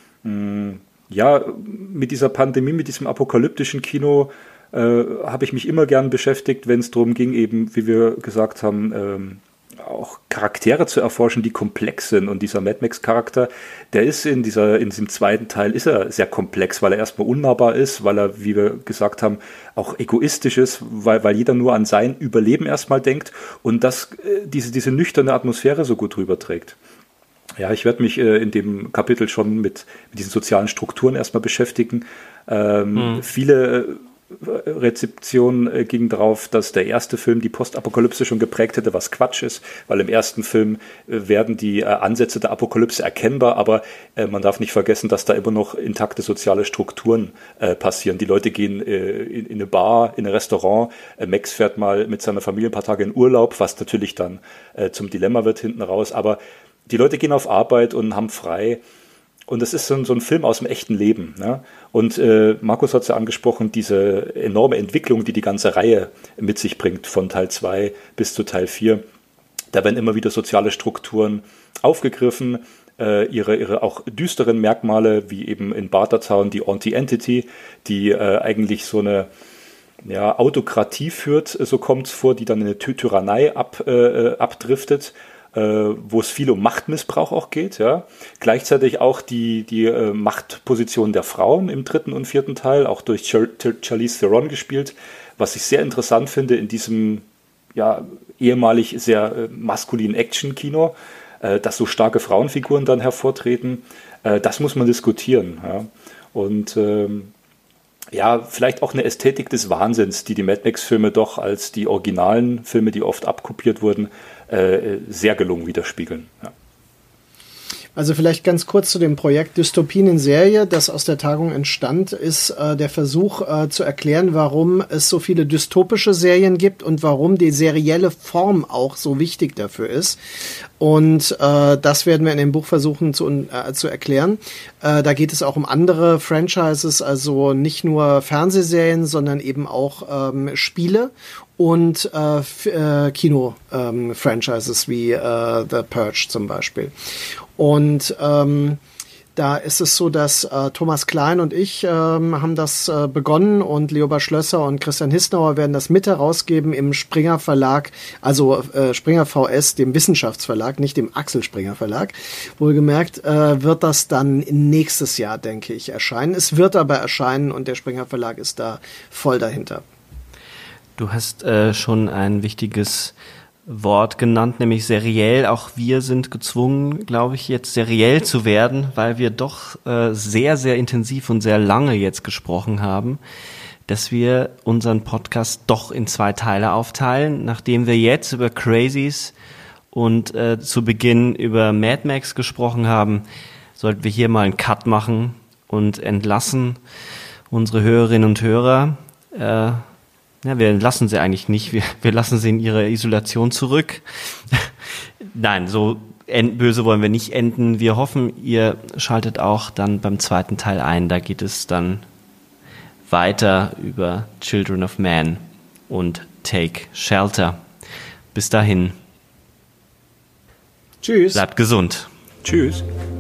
Ja, mit dieser Pandemie, mit diesem apokalyptischen Kino habe ich mich immer gern beschäftigt, wenn es darum ging, eben, wie wir gesagt haben, auch Charaktere zu erforschen, die komplex sind. Und dieser Mad Max-Charakter, der ist in diesem zweiten Teil ist er sehr komplex, weil er erstmal unnahbar ist, weil er, wie wir gesagt haben, auch egoistisch ist, weil jeder nur an sein Überleben erstmal denkt und dass diese nüchterne Atmosphäre so gut rüberträgt. Ja, ich werde mich in dem Kapitel schon mit diesen sozialen Strukturen erstmal beschäftigen. Viele Rezeptionen gingen darauf, dass der erste Film die Postapokalypse schon geprägt hätte, was Quatsch ist, weil im ersten Film werden die Ansätze der Apokalypse erkennbar, aber man darf nicht vergessen, dass da immer noch intakte soziale Strukturen passieren. Die Leute gehen in eine Bar, in ein Restaurant, Max fährt mal mit seiner Familie ein paar Tage in Urlaub, was natürlich dann zum Dilemma wird hinten raus, aber die Leute gehen auf Arbeit und haben frei. Und das ist so ein Film aus dem echten Leben. Ne? Und Markus hat es ja angesprochen, diese enorme Entwicklung, die ganze Reihe mit sich bringt, von Teil 2 bis zu Teil 4. Da werden immer wieder soziale Strukturen aufgegriffen, ihre auch düsteren Merkmale, wie eben in Bartertown die Anti-Entity, die eigentlich so eine Autokratie führt, so kommt es vor, die dann in eine Tyrannei abdriftet, wo es viel um Machtmissbrauch auch geht, ja. Gleichzeitig auch die Machtposition der Frauen im 3. und 4. Teil, auch durch Charlize Theron gespielt, was ich sehr interessant finde in diesem ehemalig sehr maskulinen Action-Kino, dass so starke Frauenfiguren dann hervortreten, das muss man diskutieren, ja. Und vielleicht auch eine Ästhetik des Wahnsinns, die Mad Max-Filme doch als die originalen Filme, die oft abkopiert wurden, sehr gelungen widerspiegeln. Ja. Also vielleicht ganz kurz zu dem Projekt Dystopien in Serie, das aus der Tagung entstand, ist der Versuch zu erklären, warum es so viele dystopische Serien gibt und warum die serielle Form auch so wichtig dafür ist. Und das werden wir in dem Buch versuchen zu erklären. Da geht es auch um andere Franchises, also nicht nur Fernsehserien, sondern eben auch Spiele und Kino-Franchises wie The Purge zum Beispiel. Und da ist es so, dass Thomas Klein und ich haben das begonnen und Leoba Schlösser und Christian Hisnauer werden das mit herausgeben im Springer Verlag, also Springer VS, dem Wissenschaftsverlag, nicht dem Axel Springer Verlag. Wohlgemerkt wird das dann nächstes Jahr, denke ich, erscheinen. Es wird aber erscheinen und der Springer Verlag ist da voll dahinter. Du hast schon ein wichtiges Wort genannt, nämlich seriell. Auch wir sind gezwungen, glaube ich, jetzt seriell zu werden, weil wir doch sehr, sehr intensiv und sehr lange jetzt gesprochen haben, dass wir unseren Podcast doch in 2 Teile aufteilen. Nachdem wir jetzt über Crazies und zu Beginn über Mad Max gesprochen haben, sollten wir hier mal einen Cut machen und entlassen unsere Hörerinnen und Hörer. Wir lassen sie eigentlich nicht, wir lassen sie in ihrer Isolation zurück. Nein, so böse wollen wir nicht enden. Wir hoffen, ihr schaltet auch dann beim 2. Teil ein. Da geht es dann weiter über Children of Man und Take Shelter. Bis dahin. Tschüss. Bleibt gesund. Tschüss.